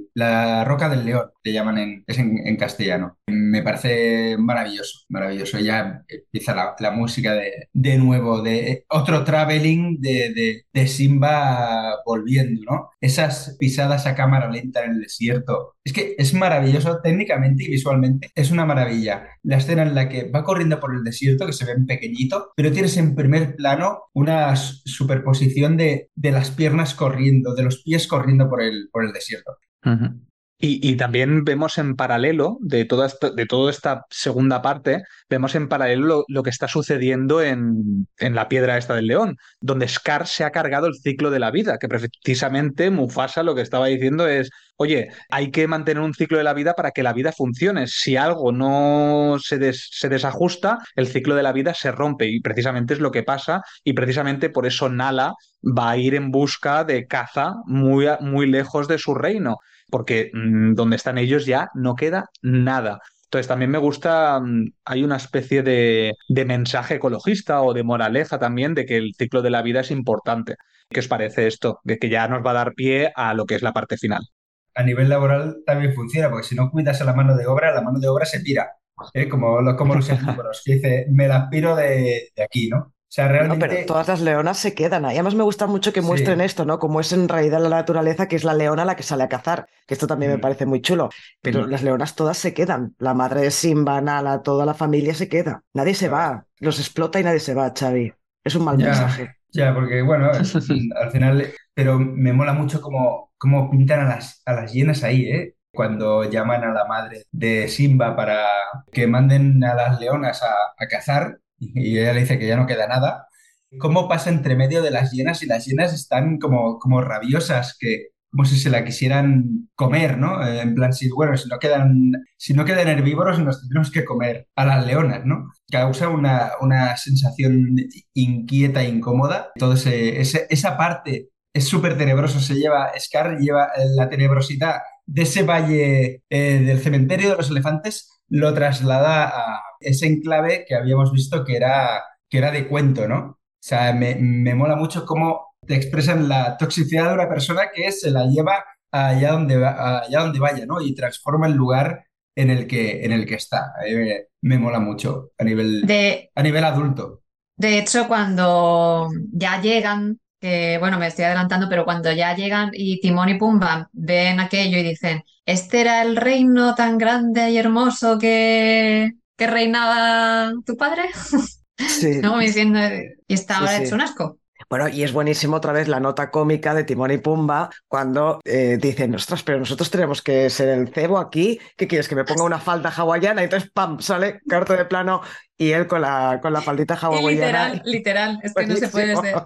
La Roca del León, le llaman en castellano. Me parece maravilloso, maravilloso. Ya empieza la música de nuevo, de otro traveling de Simba volviendo, ¿no? Esas pisadas a cámara lenta en el desierto. Es que es maravilloso técnicamente y visualmente. Es una maravilla. La escena en la que va corriendo por el desierto, que se ve en pequeñito, pero tienes en primer plano una superposición de las piernas corriendo, de los pies corriendo por el desierto. Ujú. Y también vemos en paralelo de toda esta segunda parte, vemos en paralelo lo que está sucediendo en la piedra esta del león, donde Scar se ha cargado el ciclo de la vida, que precisamente Mufasa lo que estaba diciendo es, oye, hay que mantener un ciclo de la vida para que la vida funcione. Si algo no se desajusta, el ciclo de la vida se rompe y precisamente es lo que pasa y precisamente por eso Nala va a ir en busca de caza muy lejos de su reino porque donde están ellos ya no queda nada. Entonces también me gusta, hay una especie de mensaje ecologista o de moraleja también de que el ciclo de la vida es importante. ¿Qué os parece esto? De que ya nos va a dar pie a lo que es la parte final. A nivel laboral también funciona, porque si no cuidas a la mano de obra se pira, ¿eh? Como los herbívoros, que dice, me la piro de aquí, ¿no? O sea, No, pero realmente, todas las leonas se quedan ahí. Además me gusta mucho que muestren sí. esto, ¿no? Como es en realidad la naturaleza, que es la leona la que sale a cazar, que esto también me Mm, parece muy chulo. Pero mm, las leonas todas se quedan. La madre de Simba, Nala, toda la familia se queda. Nadie se claro. va. Los explota y nadie se va, Xavi. Es un mal Ya, mensaje. ya, porque bueno, al final, pero me mola mucho cómo pintan a las hienas ahí, ¿eh? Cuando llaman a la madre de Simba para que manden a las leonas a cazar y ella le dice que ya no queda nada. ¿Cómo pasa entre medio de las hienas y las hienas están como rabiosas, que como si se la quisieran comer, ¿no? En plan, si, bueno, si no quedan herbívoros, nos tendremos que comer a las leonas, ¿no? Causa una sensación inquieta e incómoda. Todo esa parte es súper tenebroso. Scar lleva la tenebrosidad de ese valle del cementerio de los elefantes, lo traslada a ese enclave que habíamos visto que era de cuento, ¿no? O sea, me mola mucho cómo te expresan la toxicidad de una persona que se la lleva allá donde vaya, ¿no? Y transforma el lugar en el que está. Me mola mucho a nivel, De, a nivel adulto. de hecho, cuando ya llegan, que bueno, me estoy adelantando, pero cuando ya llegan y Timón y Pumba ven aquello y dicen, este era el reino tan grande y hermoso que reinaba tu padre, ¿no? Sí, Como diciendo, y está sí, ahora hecho sí. un asco. Bueno, y es buenísimo otra vez la nota cómica de Timón y Pumba cuando dicen, ostras, pero nosotros tenemos que ser el cebo aquí. ¿Qué quieres? ¿Que me ponga una falda hawaiana? Y entonces, ¡pam! Sale carta de plano y él con la faldita Y hawaiana. literal, literal, es que no se puede Buenísimo. ser.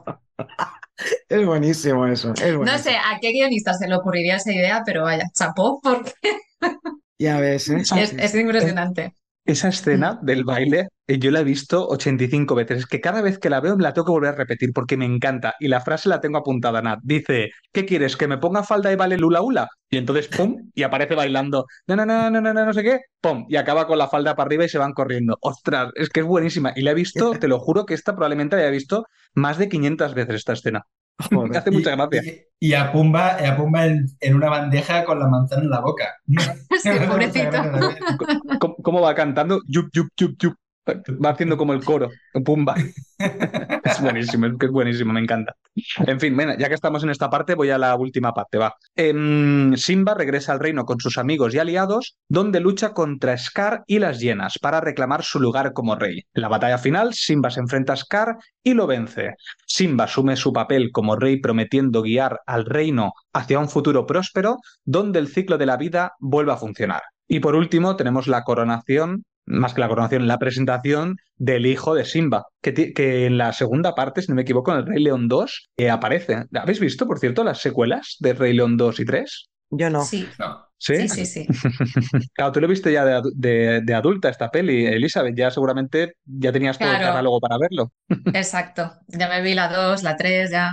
Es buenísimo eso, es No sé buenísimo. a qué guionista se le ocurriría esa idea, pero vaya, chapó, porque Ya ves, ¿eh? Esa, Sí, es sí. impresionante. esa escena del baile, yo la he visto 85 veces. Es que cada vez que la veo me la tengo que volver a repetir porque me encanta. Y la frase la tengo apuntada, Nat. Dice, ¿qué quieres? ¿Que me ponga falda y baile lula hula? Y entonces, ¡pum! Y aparece bailando. No, no, no, no, no, no, no sé qué. ¡Pum! Y acaba con la falda para arriba y se van corriendo. ¡Ostras! Es que es buenísima. Y la he visto, te lo juro que esta probablemente la haya visto más de 500 veces esta escena. Me Joder. hace mucha Y, gracia. y a Pumba en una bandeja con la manzana en la boca. Me Sí, hace mucha pobrecito. gracia también. ¿Cómo va cantando? Yup, yup, yup, yup. Va haciendo como el coro. Pumba. Es buenísimo, es que es buenísimo, me encanta. En fin, bueno, ya que estamos en esta parte, voy a la última parte, va. Simba regresa al reino con sus amigos y aliados, donde lucha contra Scar y las hienas para reclamar su lugar como rey. En la batalla final, Simba se enfrenta a Scar y lo vence. Simba asume su papel como rey prometiendo guiar al reino hacia un futuro próspero, donde el ciclo de la vida vuelva a funcionar. Y por último, tenemos la coronación, más que la coronación, la presentación del hijo de Simba, que en la segunda parte, si no me equivoco, en el Rey León 2, aparece. ¿Habéis visto, por cierto, las secuelas de Rey León 2 y 3? Yo no. Sí, No. ¿Sí? sí, sí, sí. Claro, tú lo viste ya de adulta esta peli, Elizabeth, ya seguramente ya tenías todo el Claro, catálogo para verlo. exacto. Ya me vi la 2, la 3, ya.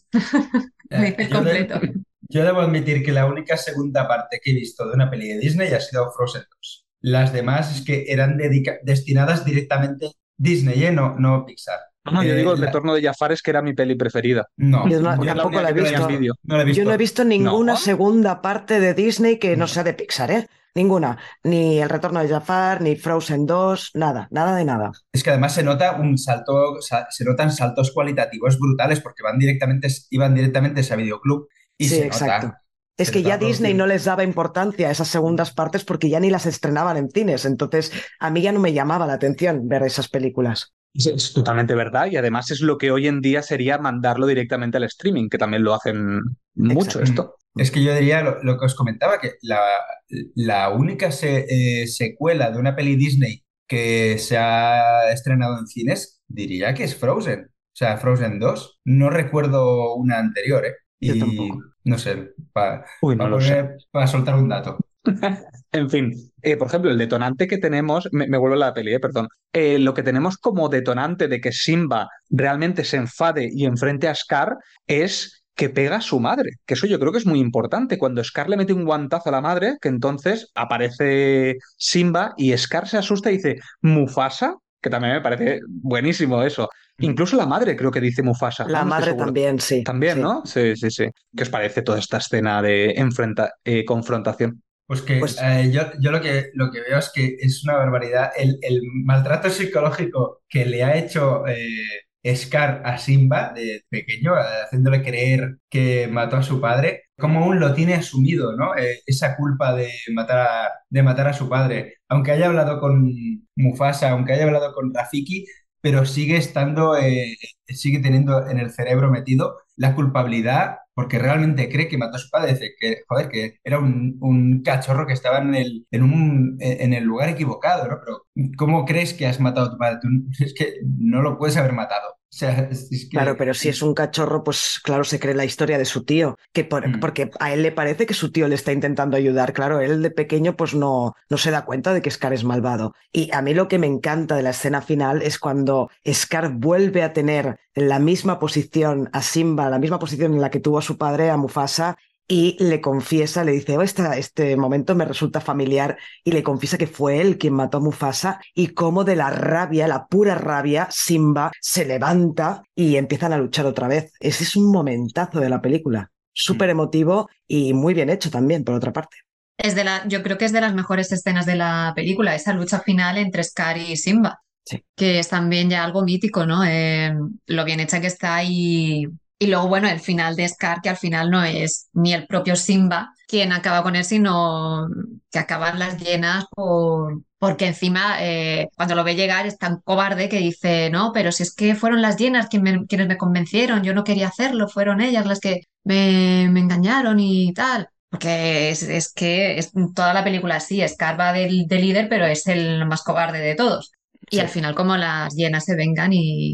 Me Eh, hice el yo, de- completo. yo debo admitir que la única segunda parte que he visto de una peli de Disney ha sido Frozen 2. Las demás es que eran destinadas directamente Disney, ¿eh? No, no Pixar. No, yo digo El La- retorno de Jafar es que era mi peli preferida, no, Yo yo es la tampoco única la he que no la he tenía en visto. vídeo. no la he Yo no he visto. visto No. ninguna segunda parte de Disney que no No. sea de Pixar, ¿eh? Ninguna. Ni El Retorno de Jafar, ni Frozen 2, nada, nada de nada. Es que además se nota un salto, se notan saltos cualitativos brutales porque iban directamente a ese videoclub y Sí, exacto. Es se que nota ya la Disney no producción. les daba importancia a esas segundas partes porque ya ni las estrenaban en cines. Entonces, a mí ya no me llamaba la atención ver esas películas. Es totalmente verdad y además es lo que hoy en día sería mandarlo directamente al streaming, que también lo hacen mucho Exacto. Mm. esto. Es que yo diría lo que os comentaba, que la única secuela de una peli Disney que se ha estrenado en cines, diría que es Frozen. O sea, Frozen 2. No recuerdo una anterior, ¿eh? Yo Y tampoco. no sé, Uy, no lo sé. para soltar un dato. En fin, por ejemplo, el detonante que tenemos, me vuelvo a la peli, perdón. Lo que tenemos como detonante de que Simba realmente se enfade y enfrente a Scar es que pega a su madre, que eso yo creo que es muy importante. Cuando Scar le mete un guantazo a la madre, que entonces aparece Simba y Scar se asusta y dice, Mufasa, que también me parece buenísimo eso. Incluso la madre creo que dice Mufasa, La no estoy madre seguro. también, sí, También, sí. ¿no? Sí, sí, sí. ¿Qué os parece toda esta escena de confrontación? Pues que Pues yo lo que veo es que es una barbaridad el maltrato psicológico que le ha hecho Scar a Simba de pequeño, haciéndole creer que mató a su padre, como aún lo tiene asumido, ¿no? Esa culpa de matar a su padre. Aunque haya hablado con Mufasa, aunque haya hablado con Rafiki, pero sigue teniendo en el cerebro metido la culpabilidad porque realmente cree que mató a su padre. Dice que, joder, que era un cachorro que estaba en el lugar equivocado, ¿no? Pero ¿cómo crees que has matado a tu padre? Es que no lo puedes haber matado. O sea, es claro, que... pero si es un cachorro, pues claro, se cree la historia de su tío, Mm. porque a él le parece que su tío le está intentando ayudar. Claro, él de pequeño pues no se da cuenta de que Scar es malvado. Y a mí lo que me encanta de la escena final es cuando Scar vuelve a tener la misma posición a Simba, la misma posición en la que tuvo a su padre, a Mufasa, y le confiesa, le dice, este momento me resulta familiar, y le confiesa que fue él quien mató a Mufasa, y cómo de la rabia, la pura rabia, Simba se levanta y empiezan a luchar otra vez. Ese es un momentazo de la película, Mm. súper emotivo y muy bien hecho también, por otra parte. Yo creo que es de las mejores escenas de la película, esa lucha final entre Scar y Simba, Sí. que es también ya algo mítico, ¿no? Lo bien hecha que está y luego, bueno, el final de Scar, que al final no es ni el propio Simba quien acaba con él, sino que acaban las hienas porque encima cuando lo ve llegar es tan cobarde que dice, no, pero si es que fueron las hienas quienes me convencieron, yo no quería hacerlo, fueron ellas las que me engañaron y tal. Porque es que toda la película así, Scar va de líder, pero es el más cobarde de todos. Y al Sí. final como las hienas se vengan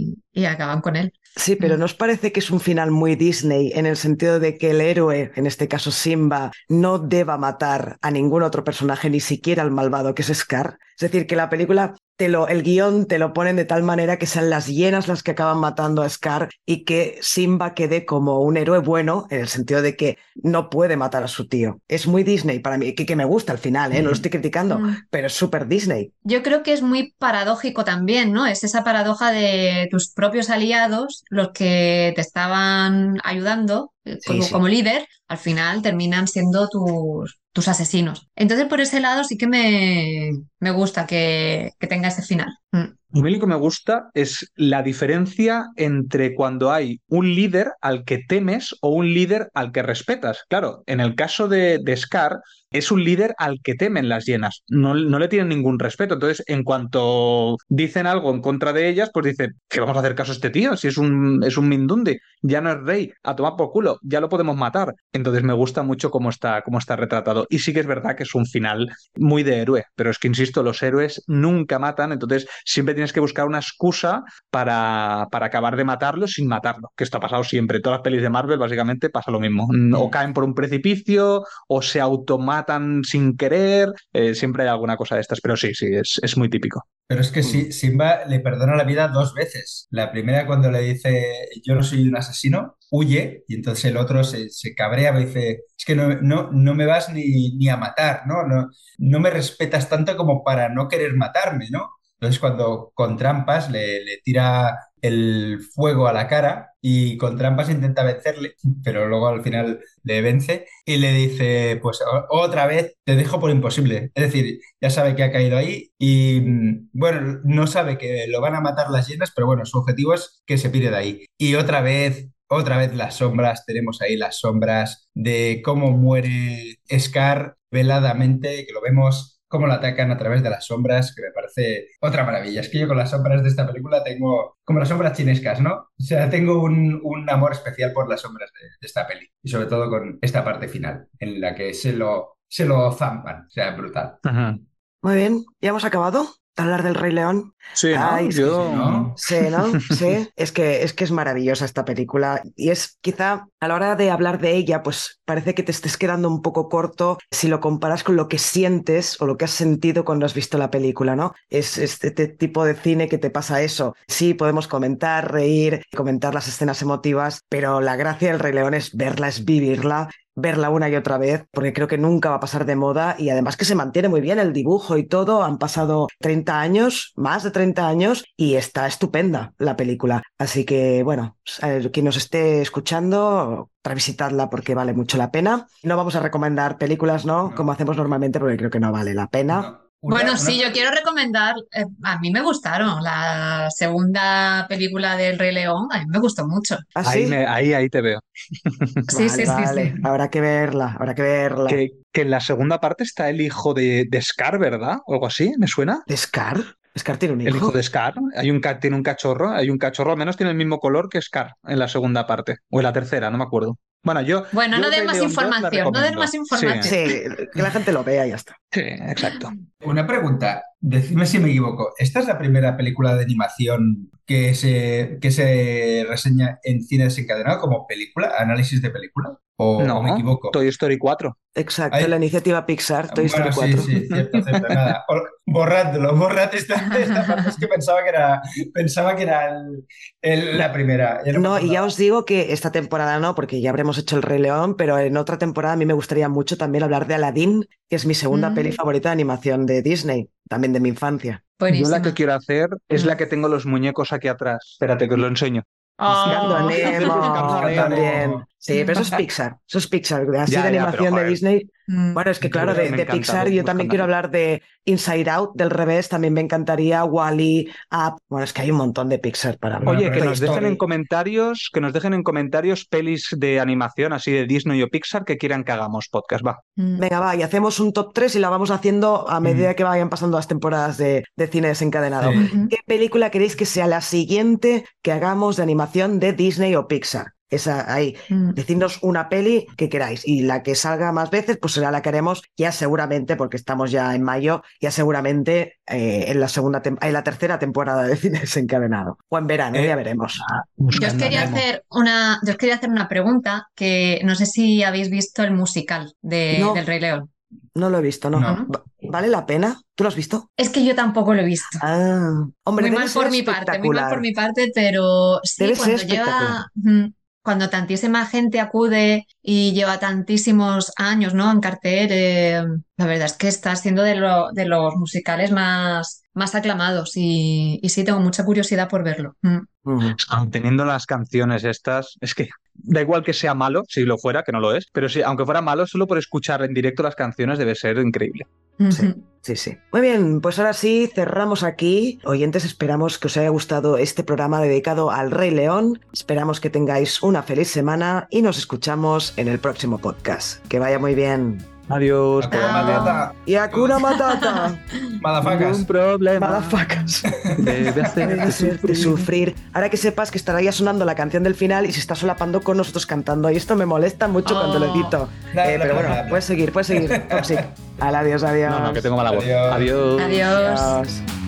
y acaban con él. Sí, pero Mm. ¿no os parece que es un final muy Disney en el sentido de que el héroe, en este caso Simba, no deba matar a ningún otro personaje, ni siquiera al malvado que es Scar? Es decir, que la película, el guión te lo ponen de tal manera que sean las hienas las que acaban matando a Scar y que Simba quede como un héroe bueno, en el sentido de que no puede matar a su tío. Es muy Disney para mí, que me gusta al final, ¿eh? No lo estoy criticando, Mm. pero es súper Disney. Yo creo que es muy paradójico también, ¿no? Es esa paradoja de tus propios aliados, los que te estaban ayudando Sí, como, sí. como líder, al final terminan siendo tus asesinos. Entonces, por ese lado sí que me gusta que tenga ese final. Mm. A mí lo que me gusta es la diferencia entre cuando hay un líder al que temes o un líder al que respetas. Claro, en el caso de Scar, es un líder al que temen las hienas, no le tienen ningún respeto. Entonces, en cuanto dicen algo en contra de ellas, pues dice, ¿qué vamos a hacer caso a este tío? Si es un Mindundi, ya no es rey, a tomar por culo, ya lo podemos matar. Entonces me gusta mucho cómo está retratado. Y sí que es verdad que es un final muy de héroe, pero es que, insisto, los héroes nunca matan, entonces siempre tienes que buscar una excusa para acabar de matarlo sin matarlo, que esto ha pasado siempre. Todas las pelis de Marvel básicamente pasa lo mismo. O caen por un precipicio, o se automatan sin querer, siempre hay alguna cosa de estas, pero sí, es muy típico. Pero es que Simba le perdona la vida 2 veces. La primera cuando le dice yo no soy un asesino, huye, y entonces el otro se cabrea y dice es que no me vas ni a matar, ¿no? No me respetas tanto como para no querer matarme, ¿no? Entonces cuando con trampas le tira el fuego a la cara y con trampas intenta vencerle, pero luego al final le vence y le dice, pues otra vez te dejo por imposible. Es decir, ya sabe que ha caído ahí y bueno, no sabe que lo van a matar las hienas, pero bueno, su objetivo es que se pire de ahí. Y otra vez las sombras, tenemos ahí las sombras de cómo muere Scar veladamente, que lo vemos cómo lo atacan a través de las sombras, que me parece otra maravilla. Es que yo con las sombras de esta película tengo como las sombras chinescas, ¿no? O sea, tengo un amor especial por las sombras de esta peli. Y sobre todo con esta parte final, en la que se lo zampan. O sea, brutal. Ajá. Muy bien, ¿ya hemos acabado de hablar del Rey León? Sí, ¿no? Ay, Yo... ¿no? Sí, ¿no? Sí, es que es maravillosa esta película y es quizá a la hora de hablar de ella, pues parece que te estés quedando un poco corto si lo comparas con lo que sientes o lo que has sentido cuando has visto la película, ¿no? Es este tipo de cine que te pasa eso. Sí, podemos comentar, reír, comentar las escenas emotivas, pero la gracia del Rey León es verla, es vivirla, verla una y otra vez, porque creo que nunca va a pasar de moda y además que se mantiene muy bien el dibujo y todo. Han pasado 30 años, más de 30 años y está estupenda la película. Así que, bueno, quien nos esté escuchando, revisitadla porque vale mucho la pena. No vamos a recomendar películas, ¿no? Como hacemos normalmente, porque creo que no vale la pena. No. Bueno, sí, yo quiero recomendar, a mí me gustaron, la segunda película del Rey León, a mí me gustó mucho. ¿Ah, sí? Ahí te veo. Sí, Vale, sí, sí, vale. sí. Habrá que verla, habrá que verla. Que en la segunda parte está el hijo de Scar, ¿verdad? O algo así, ¿me suena? ¿De Scar? ¿Scar tiene un El hijo hijo? de Scar. Tiene un cachorro, al menos tiene el mismo color que Scar en la segunda parte. O en la tercera, no me acuerdo. Bueno, Bueno, no el des Rey más León 2 la información, no des recomiendo. más información. Sí, que la gente lo vea y ya está. Sí, exacto. Una pregunta, decidme si me equivoco. ¿Esta es la primera película de animación que se reseña en cine desencadenado como película, análisis de película? ¿O me No, equivoco? Toy Story 4. Exacto, Ay. la iniciativa Pixar, Toy Story Bueno, 4. sí, cierto, nada. Borrad esta parte, es que pensaba que era la primera. Ya No, pasa y ya nada. os digo que esta temporada no, porque ya habremos hecho El Rey León, pero en otra temporada a mí me gustaría mucho también hablar de Aladdin, que es mi segunda peli favorita de animación de Disney, también de mi infancia. Yo la Buenísima. que quiero hacer es la que tengo los muñecos aquí atrás. Espérate, que os lo enseño. Buscando a Oh. Nemo Buscando a también. Nemo. Sí, pero eso es Pixar, así Ya, de ya, animación pero, de joder. Disney. Mm. Bueno, es que claro, Me de encanta, Pixar yo también buscando quiero a Nemo. hablar de Inside Out, del revés, también me encantaría, Wall-E, Up. Bueno, es que hay un montón de Pixar para hablar. Oye, Bueno, que pero nos Toy dejen en Story. comentarios pelis de animación así de Disney o Pixar que quieran que hagamos podcast, va. Venga, va, y hacemos un top 3 y la vamos haciendo a medida que vayan pasando las temporadas de cine desencadenado. Sí. ¿Qué película queréis que sea la siguiente que hagamos de animación de Disney o Pixar? Esa ahí. Decidnos una peli que queráis y la que salga más veces pues será la que haremos ya seguramente, porque estamos ya en mayo, ya seguramente en la tercera temporada de cine desencadenado o en verano, ya veremos. Yo os quería hacer una pregunta que no sé si habéis visto el musical No. del Rey León. No lo he visto, no. No. ¿Vale la pena? ¿Tú lo has visto? Es que yo tampoco lo he visto. Ah, hombre, Muy debe mal ser por mi parte, muy mal espectacular. por mi parte, pero sí, Debe ser cuando espectacular. cuando tantísima gente acude y lleva tantísimos años, ¿no? En cartel, la verdad es que está siendo de los musicales más aclamados y sí, tengo mucha curiosidad por verlo. Teniendo las canciones estas, es que da igual que sea malo, si lo fuera, que no lo es, pero sí, aunque fuera malo, solo por escuchar en directo las canciones debe ser increíble. Sí. Muy bien, pues ahora sí, cerramos aquí. Oyentes, esperamos que os haya gustado este programa dedicado al Rey León. Esperamos que tengáis una feliz semana y nos escuchamos en el próximo podcast. Que vaya muy bien. Adiós. Hakuna Matata. Y Hakuna Matata. Madafacas. Ningún problema. Madafacas. Debe hacerte Sufrir. Ahora que sepas que estará ya sonando la canción del final y se está solapando con nosotros cantando. Y esto me molesta mucho cuando lo edito. Pero bueno, puedes seguir. Toxic. Adiós. No, que tengo mala voz. Adiós. Adiós. Adiós. Adiós.